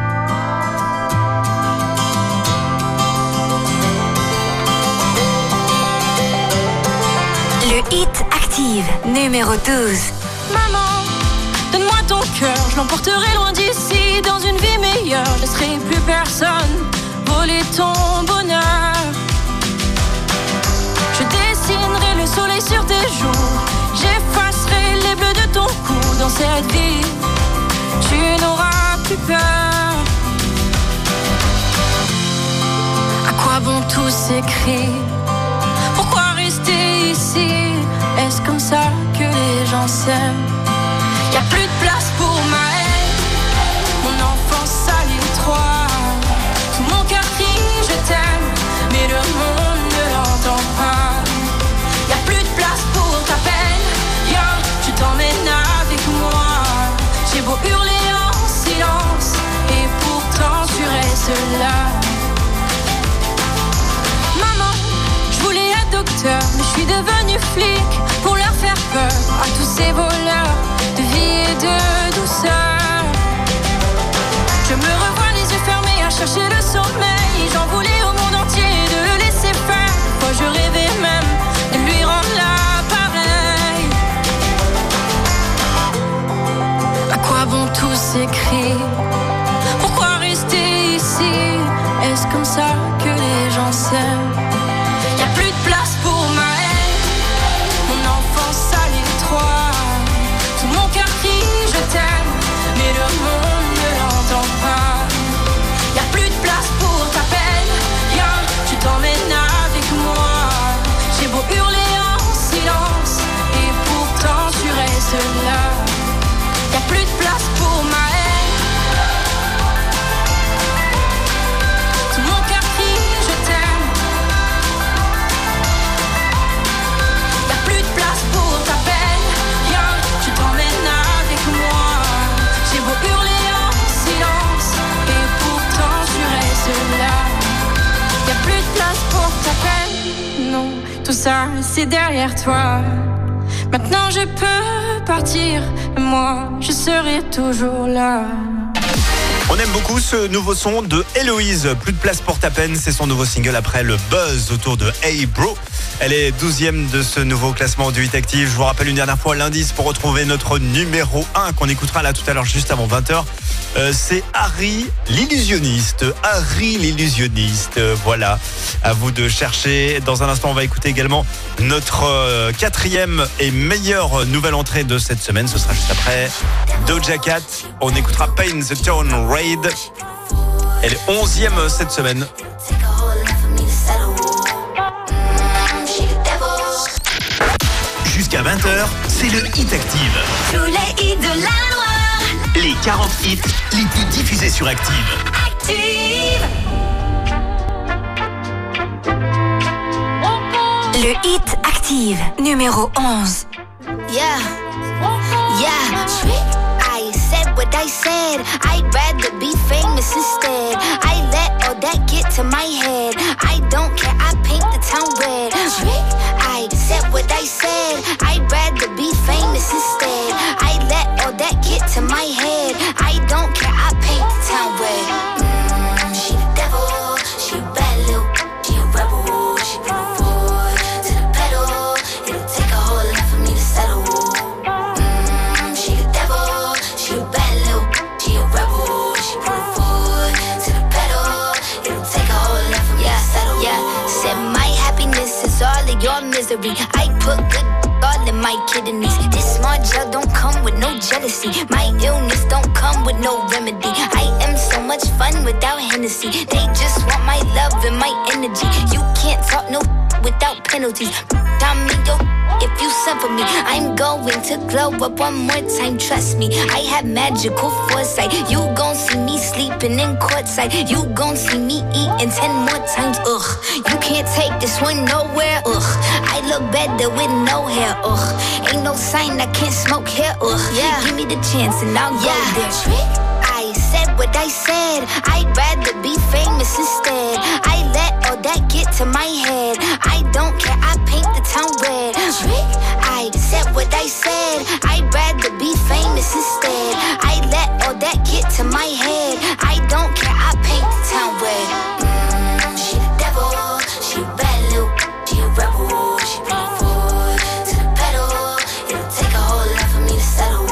Le Hit Active, numéro 12. Maman, donne-moi ton cœur, je l'emporterai loin d'ici. Dans une vie meilleure, je ne laisserai plus personne voler ton bonheur. Je dessinerai le soleil sur tes joues, j'effacerai les bleus de ton cou. Dans cette vie, tu n'auras plus peur. À quoi bon tous ces cris? Pourquoi rester ici? Est-ce comme ça que les gens s'aiment? Y'a plus de place pour ma haine, mon enfance salit trop. Tout mon cœur crie je t'aime, mais le monde ne l'entend pas. Y'a plus de place pour ta peine, viens, je t'emmène avec moi. J'ai beau hurler en silence, et pourtant tu restes là. Maman, je voulais être docteur, mais je suis devenue flic pour leur faire peur à tous ces voleurs de vie et de douceur. Je me revois les yeux fermés à chercher le sommeil. J'en voulais au monde entier de le laisser faire. Moi je rêvais même de lui rendre l'appareil. À quoi bon tous ces cris? Pourquoi rester ici? Est-ce comme ça que les gens s'aiment? Y'a plus de place pour ma haine, mon enfance salit trop. Tout mon cœur crie je t'aime, mais le monde ne l'entend pas. Y'a plus de place pour ta peine, viens, je t'emmène avec moi. J'ai beau hurler en silence, et pourtant tu restes là. Y'a plus de place pour ma haine, tout mon cœur crie je t'aime. Y'a plus de place pour ta peine, viens, je t'emmène avec moi. J'ai beau hurler en silence, et pourtant tu restes là. Y'a plus de place pour ta peine, non, tout ça c'est derrière toi. Maintenant je peux partir, moi je serai toujours là. On aime beaucoup ce nouveau son de Héloïse. Plus de place pour ta peine, c'est son nouveau single après le buzz autour de Hey Bro. Elle est 12e de ce nouveau classement du Hit Active. Je vous rappelle une dernière fois l'indice pour retrouver notre numéro 1 qu'on écoutera là tout à l'heure juste avant 20h. C'est Harry l'illusionniste. Harry l'illusionniste. Voilà, à vous de chercher. Dans un instant, on va écouter également notre 4e et meilleure nouvelle entrée de cette semaine. Ce sera juste après Doja Cat. On écoutera Pain the Town Raid. Elle est 11e cette semaine. Jusqu'à 20h, c'est le Hit Active. Tous les hits de la Loire. Les 40 hits les plus diffusés sur Active. Active. Le Hit Active, numéro 11. Yeah, I said what I said. I'd rather be famous instead. I let all that get to my head. I don't care, I paint the town red. I said what I said. I'd rather be famous instead. I let all that get to my head. I don't care, I paint the town red. She the devil, she a bad little, she a rebel. She bring the forward to the pedal. It'll take a whole lot for me to settle. She the devil, she a bad little, she a rebel. She bring the forward to the pedal. It'll take a whole lot for me to settle. Yeah, said my happiness is all of your misery. I put good all in my kidneys. This smart gel don't come with no jealousy. My illness don't come with no remedy. I am so much fun without Hennessy. They just want my love and my energy. You can't talk no without penalties. I'm yo, if you send for me, I'm going to glow up one more time. Trust me, I have magical foresight. You gon' see me sleeping in courtside. You gon' see me eating 10 more times. Ugh, you can't take this one nowhere. Ugh, I look better with no hair. Ugh, ain't no sign I can't smoke here. Ugh, yeah, give me the chance and I'll go there. I said what I said. I'd rather be famous instead. I let all that get to my head. I don't care, I paint the town red. I said what I said. I'd rather be famous instead. I let all that get to my head. I don't care, I paint the town red. She the devil, she a bad little, she a rebel. She bring it forward to the pedal. It'll take a whole lot for me to settle.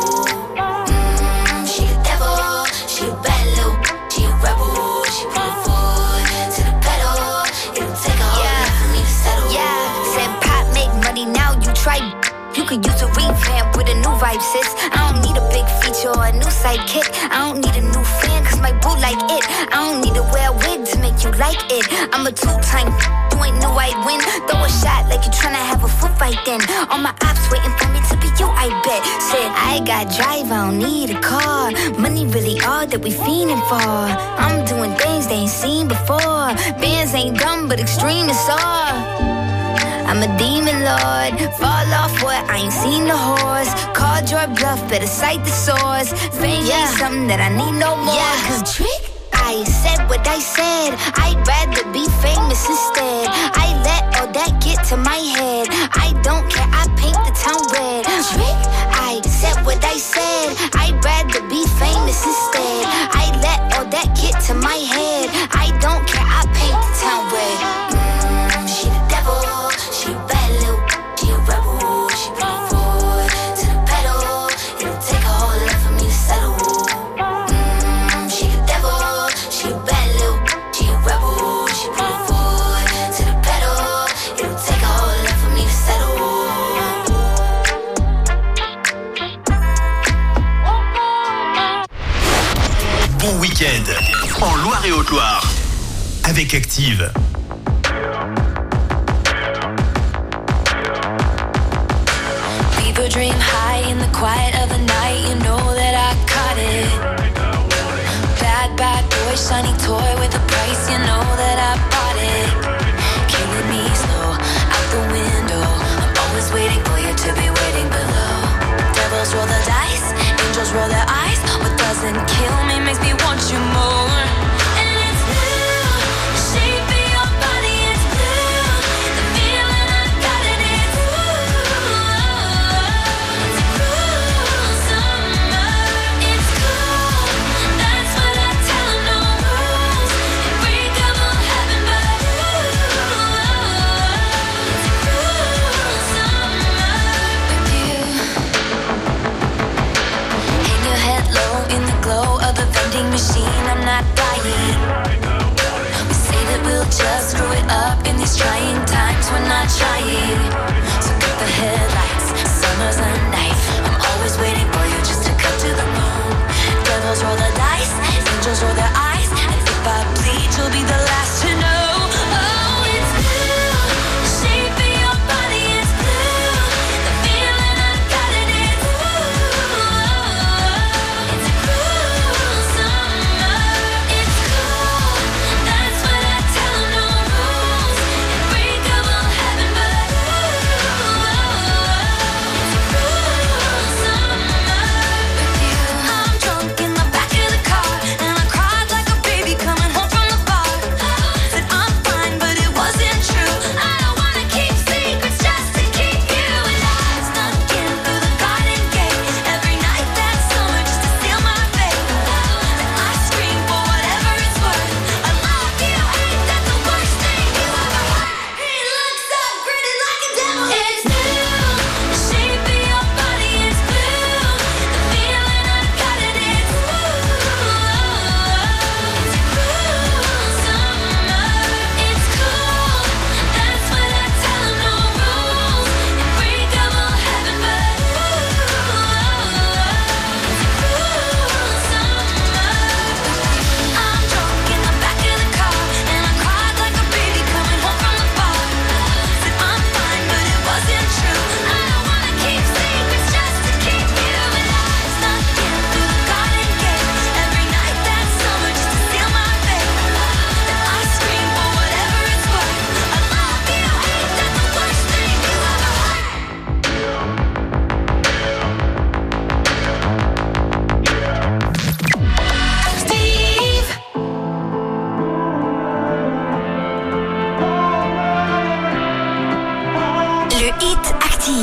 She the devil, she a bad little, she a rebel. She bring it forward to the pedal. It'll take a whole lot for me to settle. Yeah, said pop make money now. You try. You could use a revamp with a new vibe, sis. I don't need a big feature or a new sidekick. I don't need a new fan, cause my boo like it. I don't need to wear a wig to make you like it. I'm a two-time, you ain't know I'd win. Throw a shot like you tryna have a foot fight then. All my ops waiting for me to be you, I bet. Said, I got drive, I don't need a car. Money really all that we fiending for. I'm doing things they ain't seen before. Bands ain't dumb, but extreme is all. I'm a demon lord, fall off what, I ain't seen the horse. Called your bluff, better cite the source. Fame ain't something that I need no more. Yeah, cause I said what I said. I'd rather be famous instead. I let all that get to my head. I don't care, I paint the town red. I said what I said. I'd rather be famous instead. I let all that get to my head. I don't care, I paint the town red. She the devil. She a bad little, she a rebel. She bring it forward to the pedal. It'll take a whole lot for me to settle. She the devil, she a bad little, she a rebel. She bring it forward to the pedal. It'll take a whole lot for me to settle. Bon week-end en Loire et Haute-Loire avec Active. People dream high in the quiet of the night. You know that I caught it. Bad, bad boy, shiny toy with a price. You know that I bought it. Killing me slow, out the window. I'm always waiting for you to be waiting below. Devils roll the dice, angels roll their eyes. What doesn't kill me makes me want you more. And it's blue, the shape of your body is blue. The feeling I got it is machine, I'm not dying. We say that we'll just screw it up in these trying times. We're not trying. So cut the headlights, summer's a knife. I'm always waiting for you just to cut to the bone. Devils roll the dice, angels roll their eyes. And if I bleed, you'll be the last to know. Oh, it's blue, the shape of your body is blue. The feeling I got it is it's a cruel summer. It's cool, that's what I tell 'em. No rules, unbreakable heaven, but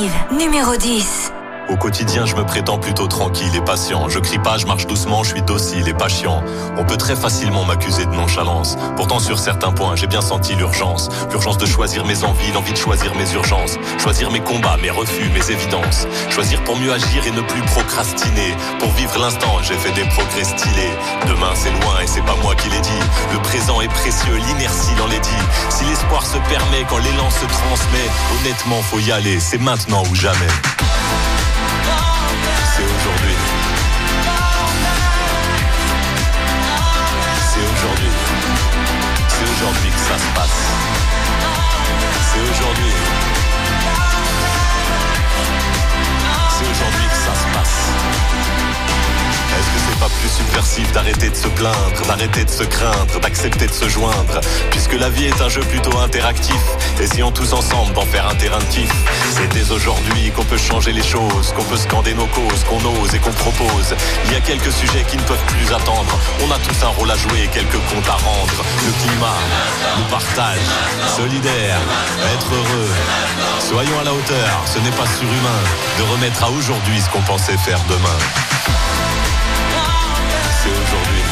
Active, numéro 10. Au quotidien, je me prétends plutôt tranquille et patient. Je crie pas, je marche doucement, je suis docile et pas chiant. On peut très facilement m'accuser de nonchalance. Pourtant, sur certains points, j'ai bien senti l'urgence. L'urgence de choisir mes envies, l'envie de choisir mes urgences. Choisir mes combats, mes refus, mes évidences. Choisir pour mieux agir et ne plus procrastiner. Pour vivre l'instant, j'ai fait des progrès stylés. Demain, c'est loin et c'est pas moi qui l'ai dit. Le présent est précieux, l'inertie l'en est dit. Si l'espoir se permet, quand l'élan se transmet, honnêtement, faut y aller, c'est maintenant ou jamais. C'est aujourd'hui. C'est aujourd'hui. C'est aujourd'hui que ça se passe. C'est aujourd'hui. C'est aujourd'hui que ça se passe. Est-ce que c'est pas plus subversif d'arrêter de se plaindre, d'arrêter de se craindre, d'accepter de se joindre, puisque la vie est un jeu plutôt interactif, essayons tous ensemble d'en faire un terrain de kiff. C'est dès aujourd'hui qu'on peut changer les choses, qu'on peut scander nos causes, qu'on ose et qu'on propose. Il y a quelques sujets qui ne peuvent plus attendre, on a tous un rôle à jouer et quelques comptes à rendre. Le climat, le partage, solidaire, être heureux. Soyons à la hauteur, ce n'est pas surhumain de remettre à aujourd'hui ce qu'on pensait faire demain. C'est aujourd'hui.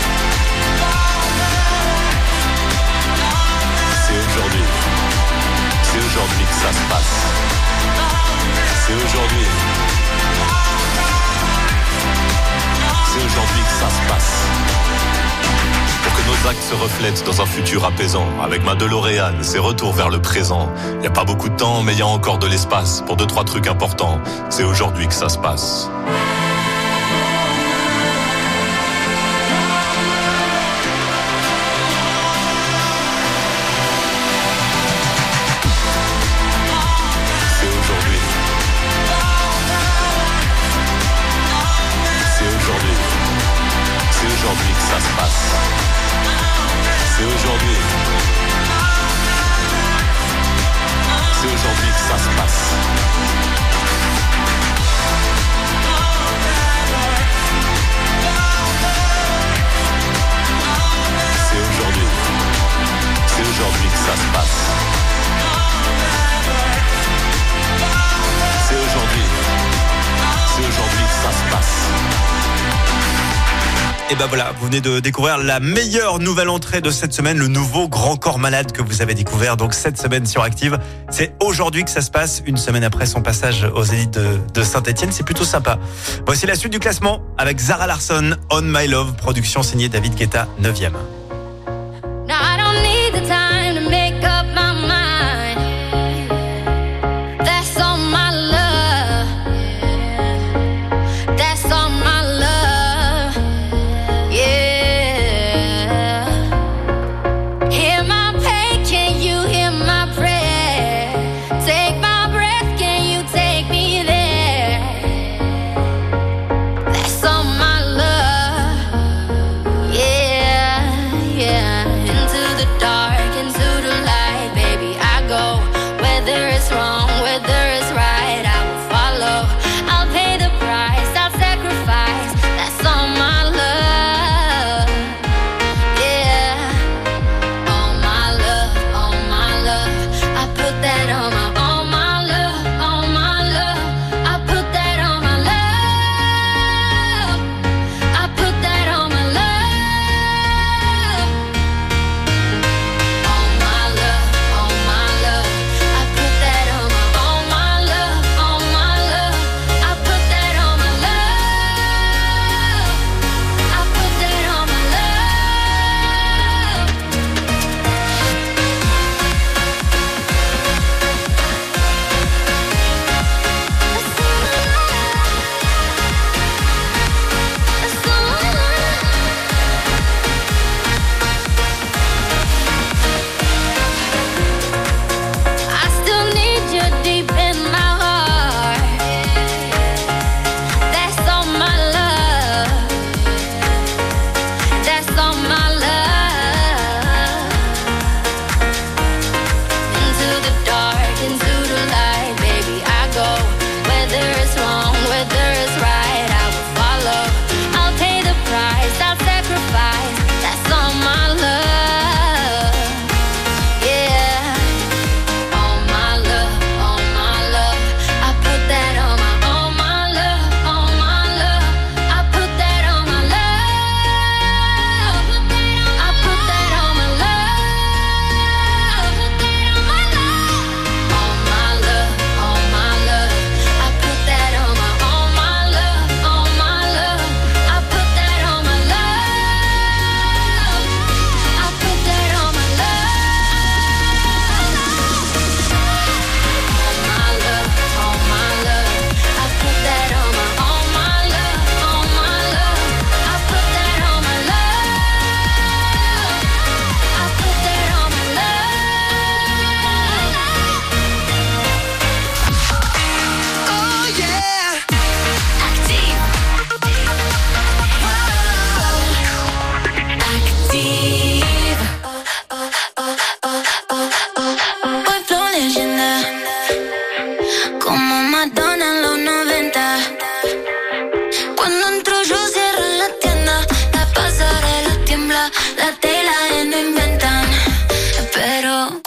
C'est aujourd'hui. C'est aujourd'hui que ça se passe. C'est aujourd'hui. C'est aujourd'hui que ça se passe. Pour que nos actes se reflètent dans un futur apaisant. Avec ma DeLorean, c'est retour vers le présent. Y a pas beaucoup de temps, mais y a encore de l'espace pour 2-3 trucs importants. C'est aujourd'hui que ça se passe. Aujourd'hui que ça se passe. C'est aujourd'hui. C'est aujourd'hui que ça se passe. C'est aujourd'hui. C'est aujourd'hui que ça se passe. C'est aujourd'hui. C'est aujourd'hui que ça se passe. Et ben voilà, vous venez de découvrir la meilleure nouvelle entrée de cette semaine, le nouveau Grand Corps Malade que vous avez découvert donc cette semaine sur Active. C'est aujourd'hui que ça se passe, une semaine après son passage aux Zénith de Saint-Etienne. C'est plutôt sympa. Voici la suite du classement avec Zara Larsson, On My Love, production signée David Guetta, 9e. Now I don't need the time to make up my mind. That's all my love. That's all my love. Yeah. Hear my pain, can you hear my prayer? Take my breath, can you take me there? That's all my love. Yeah.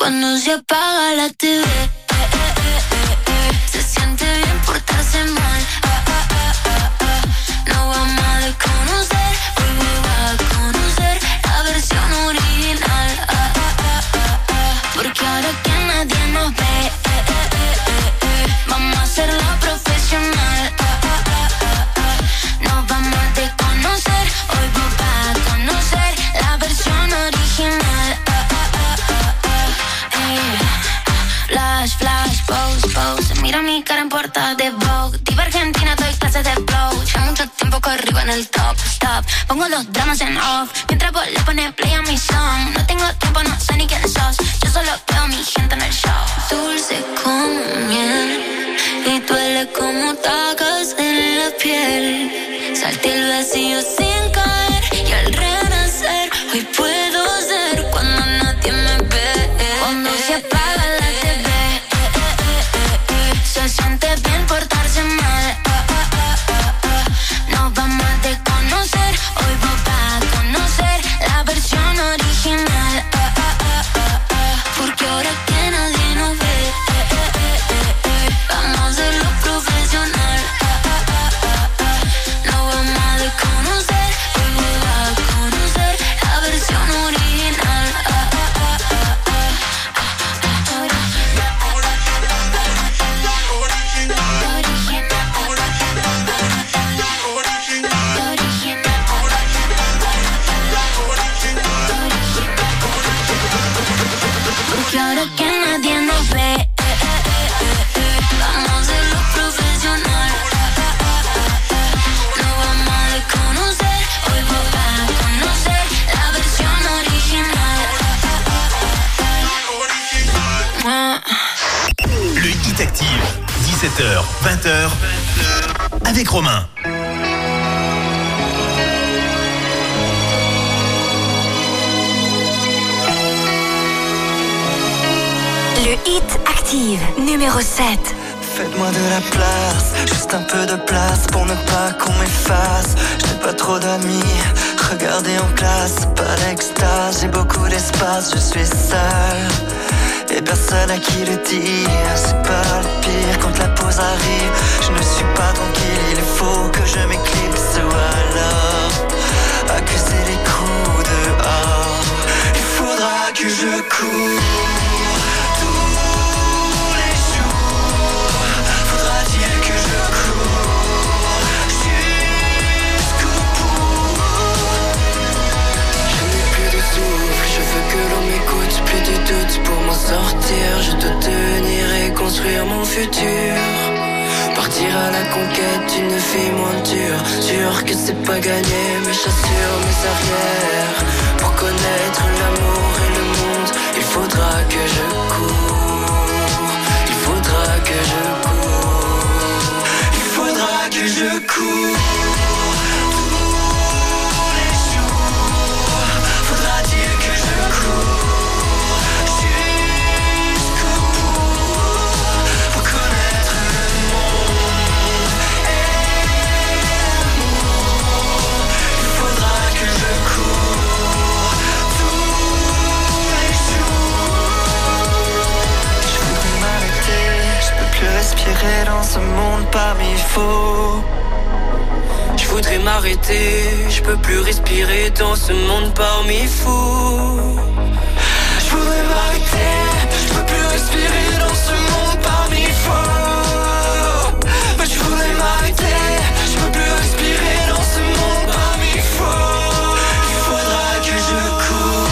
cuando se apaga la TV. Se siente bien portarse mal. No vamos a desconocer, hoy va a conocer la versión original. Porque ahora que nadie nos ve, vamos a hacerlo profesional. Nos vamos a desconocer, hoy va a conocer la versión original. Flash, flash, pose, pose. Mira mi cara en portada de Vogue. Diva argentina, doy clases de flow. Ya mucho tiempo corrido en el top, stop. Pongo los dramas en off, mientras vos le pones play a mi song. No tengo tiempo, no sé ni quién sos. Yo solo veo a mi gente en el show. Dulce como miel y duele como tacas en la piel. Salté el vacío sin caer y al renacer hoy puedo ser cuando nadie me ve. Cuando se apaga la TV, se siente bien portarse mal. Nos vamos a desconocer, hoy vos vas a conocer la versión original. Porque ahora que nadie nos ve, vamos a hacerlo profesional. No vamos a desconocer, hoy vos vas a conocer la versión original. Porque ahora que nadie nos ve, vamos a hacerlo profesional. No vamos a desconocer, hoy vos vas a conocer la versión original. Le Hit Active, 17h, 20h, avec Romain. Le Hit Active, numéro 7. Faites-moi de la place, juste un peu de place pour ne pas qu'on m'efface. Je n'ai pas trop d'amis, regardez en classe, pas d'extase, j'ai beaucoup d'espace, je suis seul. Et personne à qui le dire, c'est pas le pire quand la pause arrive. Je ne suis pas tranquille, il faut que je m'éclipse ou alors accuser les coups dehors. Il faudra que je cours. Plus de doute pour m'en sortir. Je dois tenir et construire mon futur. Partir à la conquête d'une fille moins dure. Sûr que c'est pas gagné, mais j'assure mes arrières. Pour connaître l'amour et le monde, il faudra que je cours. Il faudra que je cours. Il faudra que je cours. Respirer dans ce monde parmi faux. Je voudrais m'arrêter, je peux plus respirer dans ce monde parmi fous. Je voudrais m'arrêter, je peux plus respirer dans ce monde parmi faux. Mais je voudrais m'arrêter, je peux plus respirer dans ce monde parmi faux. Il faudra que je cours.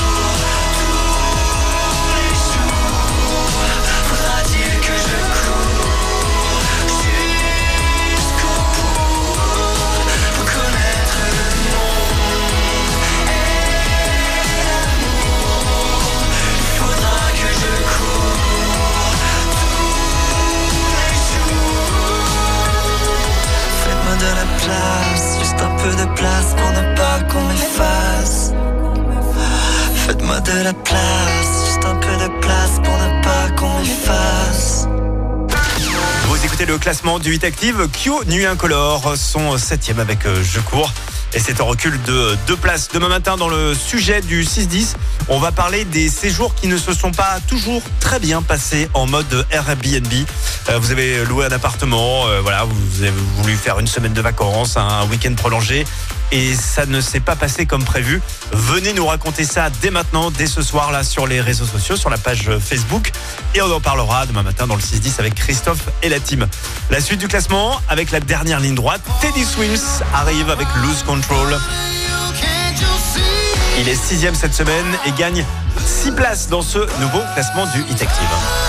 De la place, juste un peu de place pour ne pas qu'on m'efface. Faites-moi de la place, juste un peu de place pour ne pas qu'on m'efface. Vous écoutez le classement du Hit Active. Kyo Nuit Incolore, son 7e avec Je cours. et c'est en recul de 2 places. Demain matin, dans le sujet du 6-10, on va parler des séjours qui ne se sont pas toujours très bien passés en mode Airbnb. Vous avez loué un appartement, voilà, vous avez voulu faire une semaine de vacances, un week-end prolongé, et ça ne s'est pas passé comme prévu. Venez nous raconter ça dès maintenant, dès ce soir là sur les réseaux sociaux, sur la page Facebook, et on en parlera demain matin dans le 6-10 avec Christophe et la team. La suite du classement avec la dernière ligne droite, Teddy Swims arrive avec Lose Control. Il est 6e cette semaine et gagne 6 places dans ce nouveau classement du Hit Active.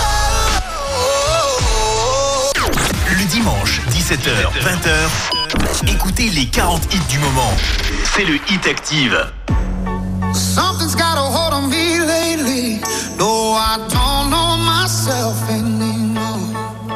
Le dimanche, 17h, 20h, écoutez les 40 hits du moment. C'est le Hit Active. Something's got a hold on me lately. No, I don't know myself anymore.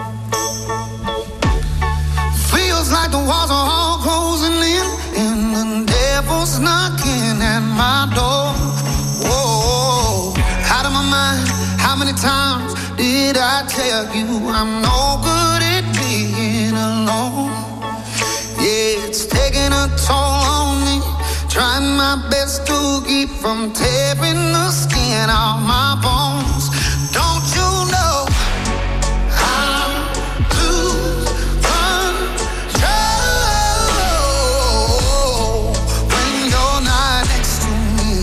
Feels like the walls are all closing in, and the devil's knocking at my door. Whoa, out of my mind. How many times did I tell you I'm no good at being alone? Yeah, it's taking a toll on me. Trying my best to keep from tearing the skin off my bones. Don't you know I'm lose control when you're not next to me?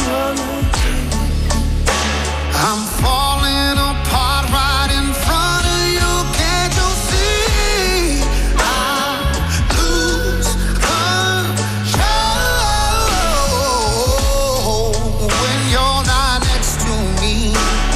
I'm falling apart right in front of you. Can't you see? I lose control when you're not next to me.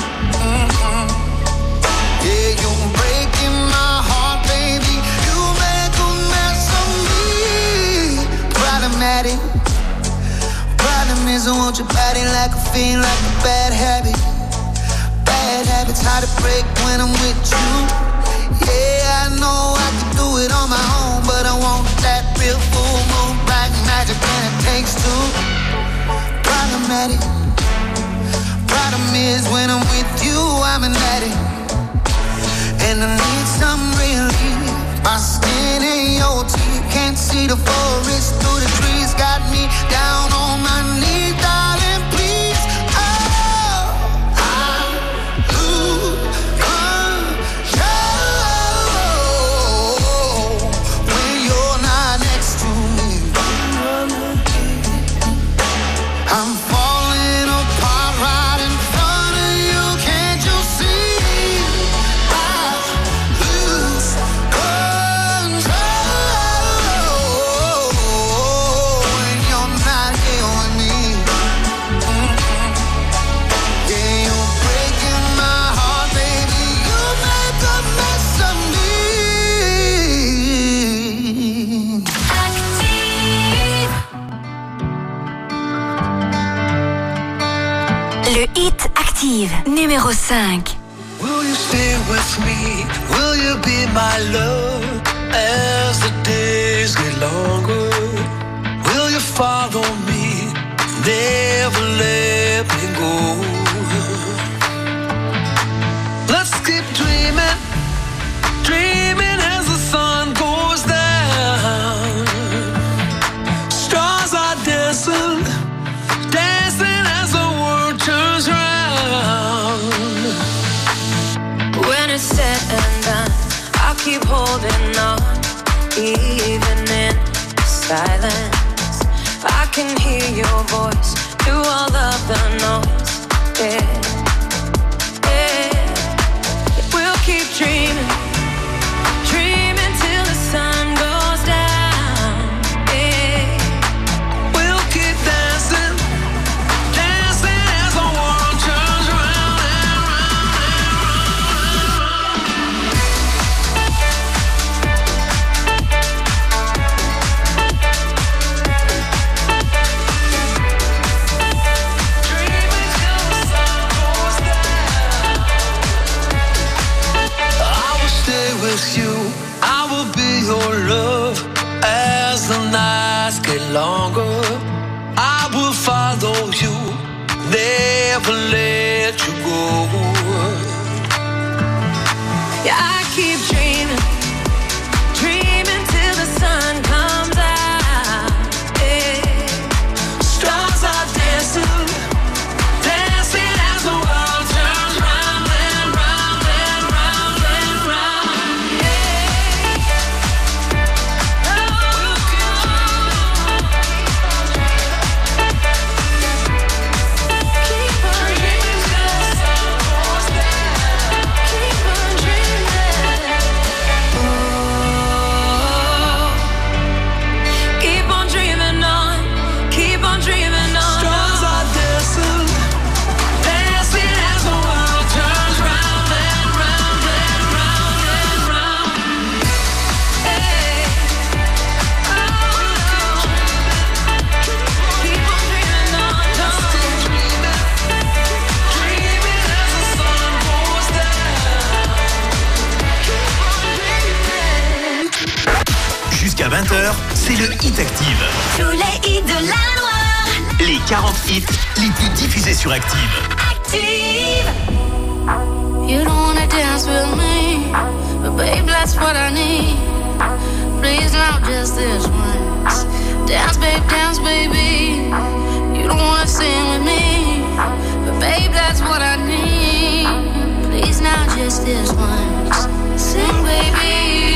Yeah, you're breaking my heart, baby. You make a mess of me. Problematic. Problem is I want your body like a fiend, like a bad habit. Bad habits hard to break when I'm with you. Yeah, I know I can do it on my own, but I want that real full moon black magic, and it takes two. Problematic. Problem is when I'm with you, I'm an addict, and I need some relief. My skin and your teeth can't see the forest through the trees. Got me down on my knees, darling, please. Oh, I lose control when you're not next to me. I'm falling apart right in front of you. Can't you see? I lose control when you're not here with me. Yeah, you're breaking my heart, baby. You make a mess of me. Le Hit Active, numéro 5. Will you stay with me? Will you be my love as the days get longer? Will you follow me? Never let me go. Let's keep dreaming, dreaming as the sun goes down. Stars are dancing, dancing as the world turns round. When it's said and done, I'll keep holding on, even in silence. I can hear your voice through all of the noise. Yeah, yeah. We'll keep dreaming, dreaming till the sun goes down. Yeah, We'll keep dancing, dancing as the world turns round and I will stay with you. I will be your love as the nights get longer. I will follow you, never let you go. yeah. I keep dreaming, dreaming till the sun comes out. Yeah. c'est le Hit Active. Tous les hits de la Loire. Les 40 hits les plus diffusés sur Active. Active. You don't wanna dance with me, but babe, that's what I need. Please not just this once. Dance, baby. You don't wanna sing with me, but babe, that's what I need. Please not just this once. Sing, baby.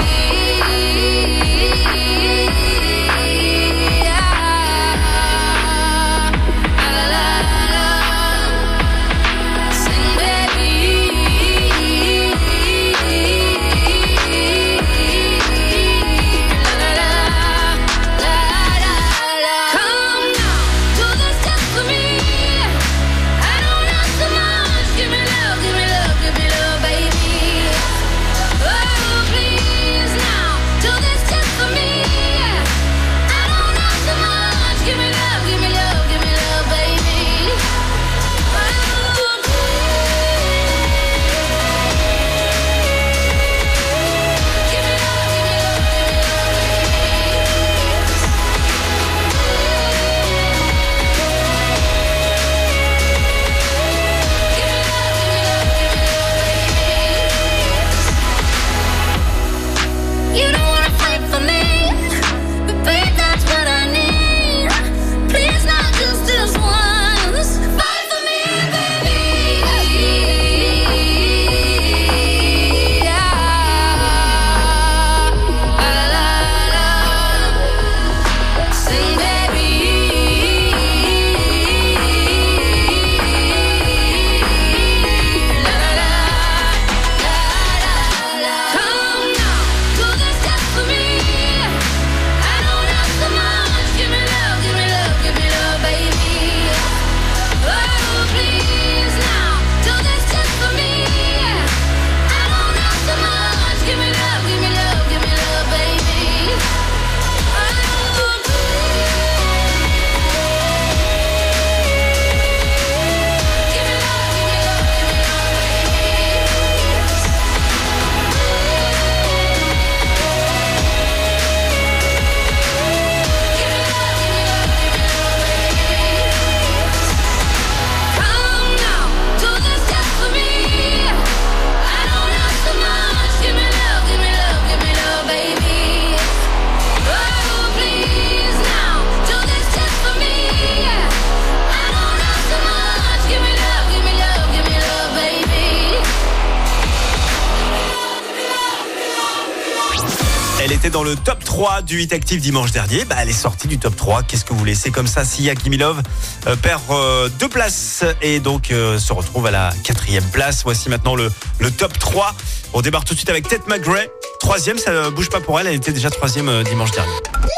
Elle était dans le top 3 du Hit Active dimanche dernier. Elle est sortie du top 3. Qu'est-ce que vous laissez comme ça? Sia Gimme Love perd 2 places et donc se retrouve à la 4e place. Voici maintenant le top 3. On démarre tout de suite avec Tate McRae. 3e, ça ne bouge pas pour elle. Elle était déjà 3e dimanche dernier.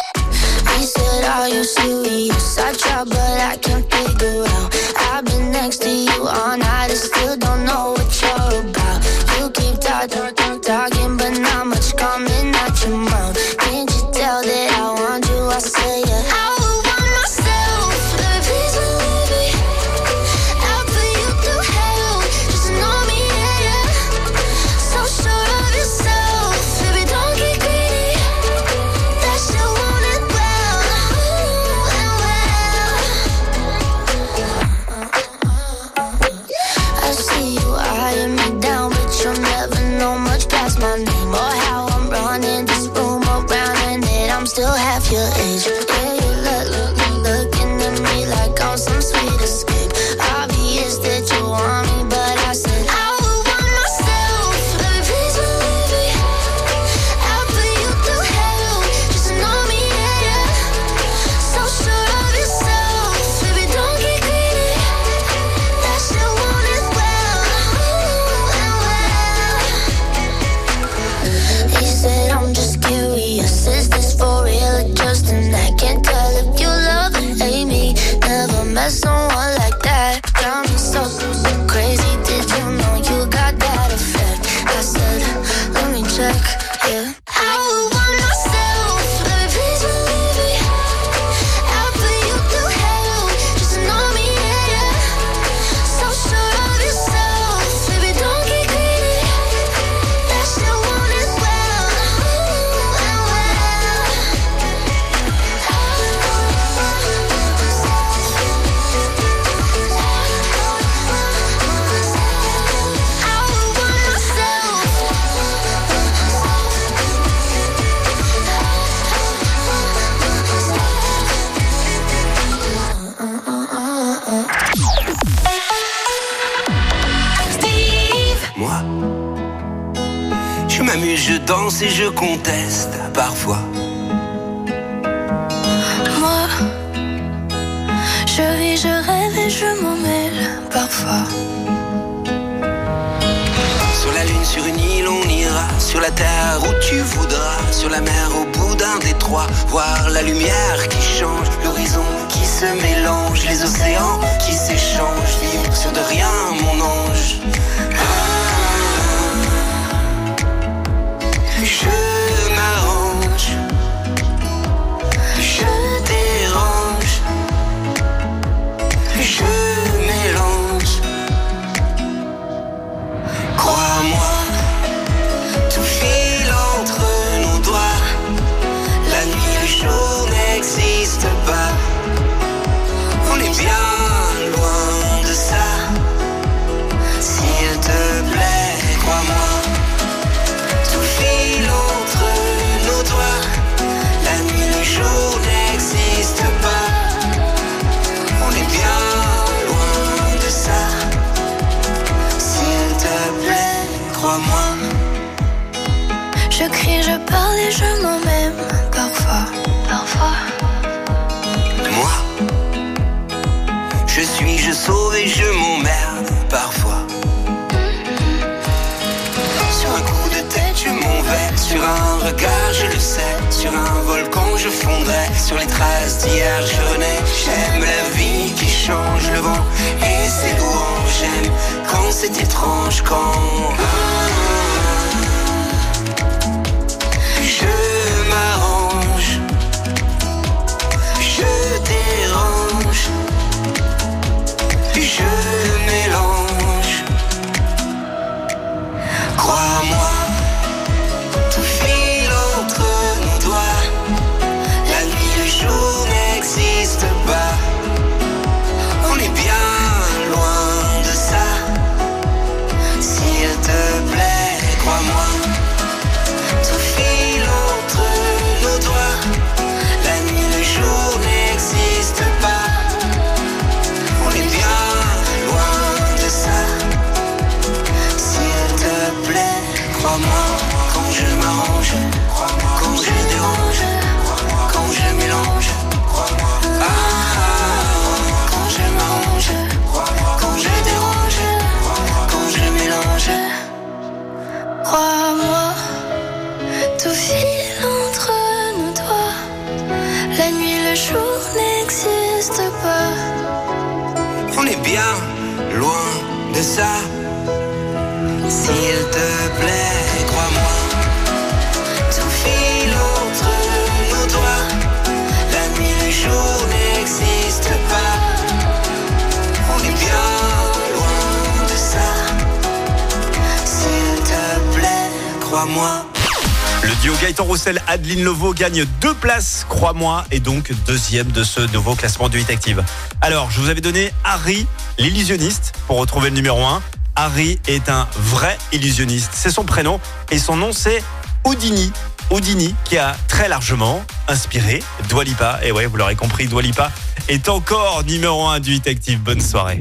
Talking, but not much coming out your mouth. Can't you tell that I want you? I say yeah. I would want myself. Baby, please believe me. I'll put you through hell. Just know me, yeah. So sure of yourself. Baby, don't get greedy. That shit want it well. I see you eyeing me down, but you'll never know much past my name or how I'm running this room around, and that I'm still half your age. Yeah, you looking at me like I'm some sweet escape. Obvious that you want me, but I said I would want myself. Baby, please believe me. I'll put you through hell. Just know me, yeah. So sure of yourself. Baby, don't get greedy. That shit want it well. He said I'm just curious, is this for real or just an act? Je m'amuse, je danse et je conteste parfois. Moi, je vis, je rêve et je m'en mêle parfois. Sur la lune, sur une île, on ira. Sur la terre où tu voudras. Sur la mer, au bout d'un détroit. Voir la lumière qui change, l'horizon qui se mélange, les océans qui s'échangent. Vivre sur de rien, mon ange. Je m'arrange, je dérange, je mélange. Crois-moi, tout file entre nos doigts. La nuit, le jour n'existe pas. On est bien loin de ça. S'il te plaît, crois-moi. Tout file entre nos doigts. La nuit, le jour n'existe pas. On est bien loin de ça. S'il te plaît, crois-moi. Je crie, je parle et je m'en même parfois. Moi, je suis, je sauve et je m'emmerde parfois. Sur un coup de tête, je m'en vais. Sur un regard, je le sais. Sur un volcan, je fondrai. Sur les traces d'hier, je renais. J'aime la vie qui change, le vent et ses louanges. J'aime quand c'est étrange, quand je m'arrange, je dérange, je mélange. Crois-moi, tout file entre nos doigts. La nuit, le jour n'existe pas. On est bien loin de ça. S'il te plaît, crois-moi. Tout file entre nos doigts. La nuit, le jour n'existe pas. On est bien loin de ça. S'il te plaît, crois-moi. Quand je m'arrange, quand je dérange, quand je mélange. Quand je m'arrange, quand je dérange, quand je mélange. Crois-moi, tout file entre nos doigts. La nuit, le jour n'existe pas. On est bien loin de ça. S'il te plaît, crois-moi. Tout file entre nos doigts. La nuit, le jour n'existe pas. On est bien loin de ça. S'il te plaît, crois-moi. Le duo Gaëtan Roussel, Adeline Levaux gagne 2 places, crois-moi, et donc deuxième de ce nouveau classement du Hit Active. Alors, je vous avais donné Harry, l'illusionniste, pour retrouver le numéro 1. Harry est un vrai illusionniste, c'est son prénom, et son nom c'est Houdini. Houdini, qui a très largement inspiré Dua Lipa. Et ouais, vous l'aurez compris, Dua Lipa est encore numéro 1 du Hit Active. Bonne soirée.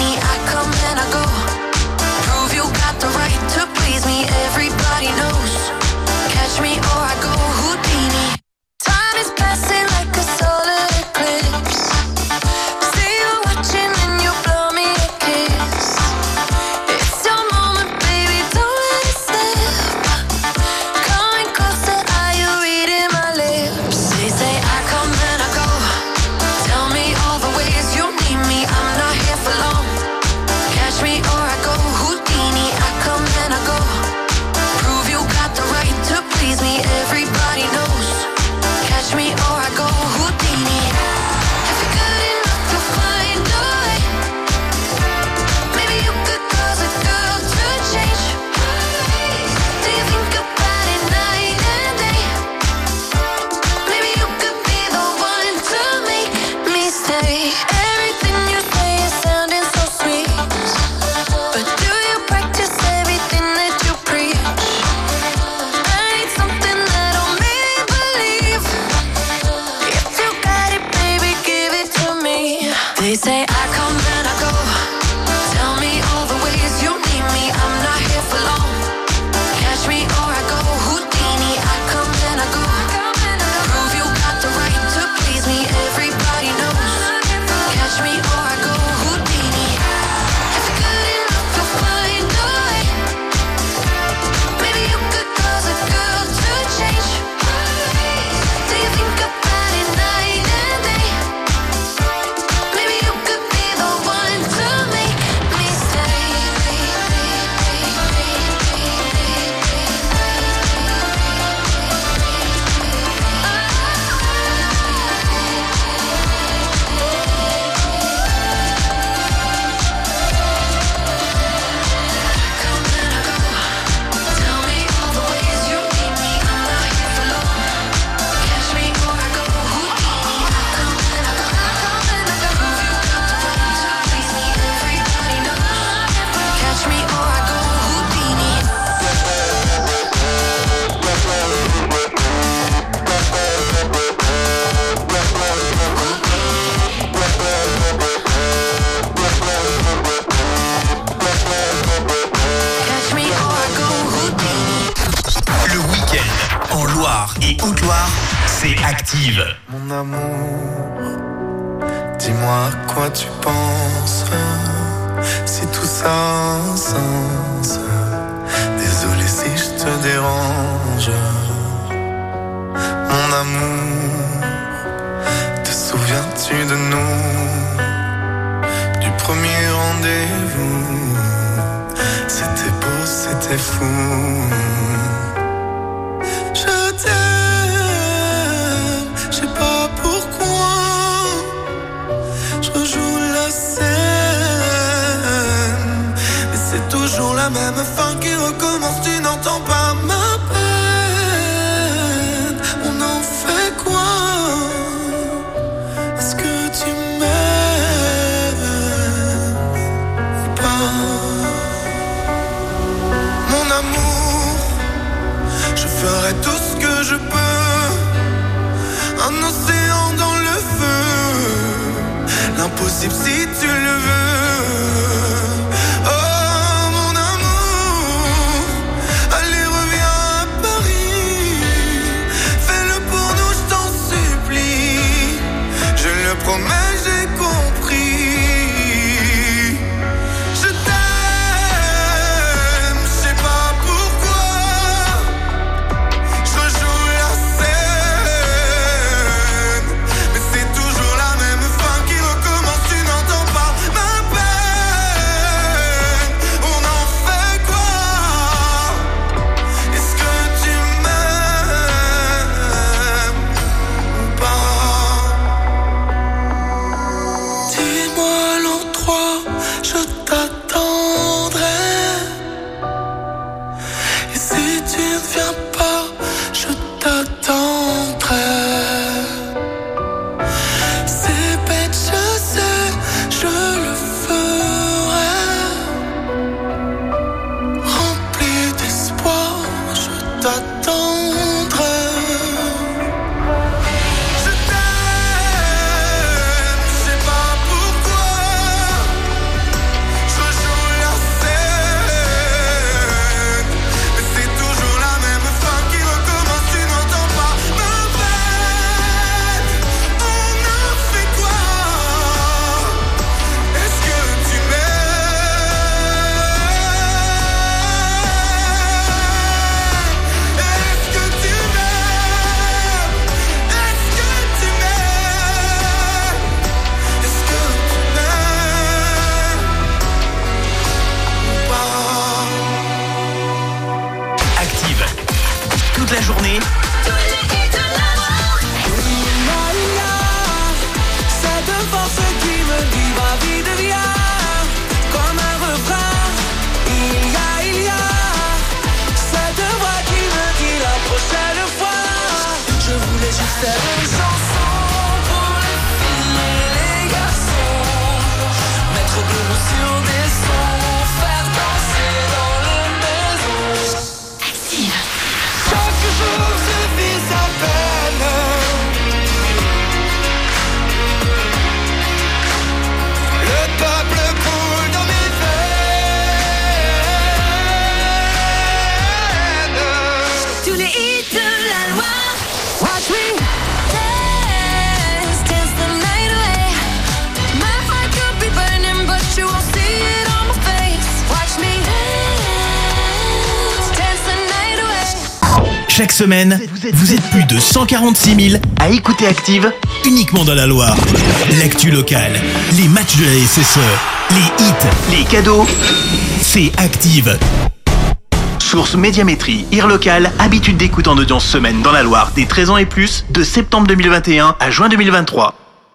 Everybody knows Loire et Haute-Loire, c'est Active. Mon amour, dis-moi à quoi tu penses, si tout ça a un sens. Désolé si je te dérange. Mon amour, te souviens-tu de nous, du premier rendez-vous? C'était beau, c'était fou. Je t'aime, je sais pas pourquoi. Je rejoue la scène, mais c'est toujours la même fin qui recommence. Tu n'entends pas ma peine. On en fait quoi? Est-ce que tu m'aimes ou pas? Mon amour, je ferai tout ce que je peux. Un océan dans le feu, l'impossible si tu le veux. Oh mon amour, allez reviens à Paris. Fais-le pour nous, je t'en supplie. Je le promets, j'ai compris. Je t'aime, je sais pas pourquoi. Je rejoue la scène, mais c'est toujours la même fin qui recommence. Tu n'entends pas ma peine. On en fait quoi? Est-ce que tu m'aimes ou pas? Dis-moi l'endroit, je t'attendrai. Et si tu ne viens pas, je t'attendrai. C'est bête, je sais, je le ferai. Rempli d'espoir, je t'attendrai. Je t'aime, je sais pas pourquoi. Je rejoue la scène, mais c'est toujours la même fin qui recommence. Tu n'entends pas ma peine. On a fait quoi? Est-ce que tu m'aimes? Est-ce que tu m'aimes? Est-ce que tu m'aimes? Est-ce que tu m'aimes ou pas? Active. Toute la journée. Cette force qui me dit ma vie devient comme un refrain. Il y a cette voix qui me dit la prochaine fois. Je voulais juste faire une chanson pour les filles et les garçons. Mettre de l'eau sur des sons, faire danser dans les maisons. Active. Chaque jour suffit sa peine. Le peuple coule dans mes veines. Tous les hits de la Loire. Watch me dance, dance the night away. My heart could be burning, but you won't see it on my face. Watch me dance, dance the night away. Chaque semaine, vous êtes plus de 146 000 à écouter Active uniquement dans la Loire. L'actu locale, les matchs de la SSE, les hits, les cadeaux, c'est Active. Source Médiamétrie, IR local, habitude d'écoute en audience semaine dans la Loire des 13 ans et plus, de septembre 2021 à juin 2023.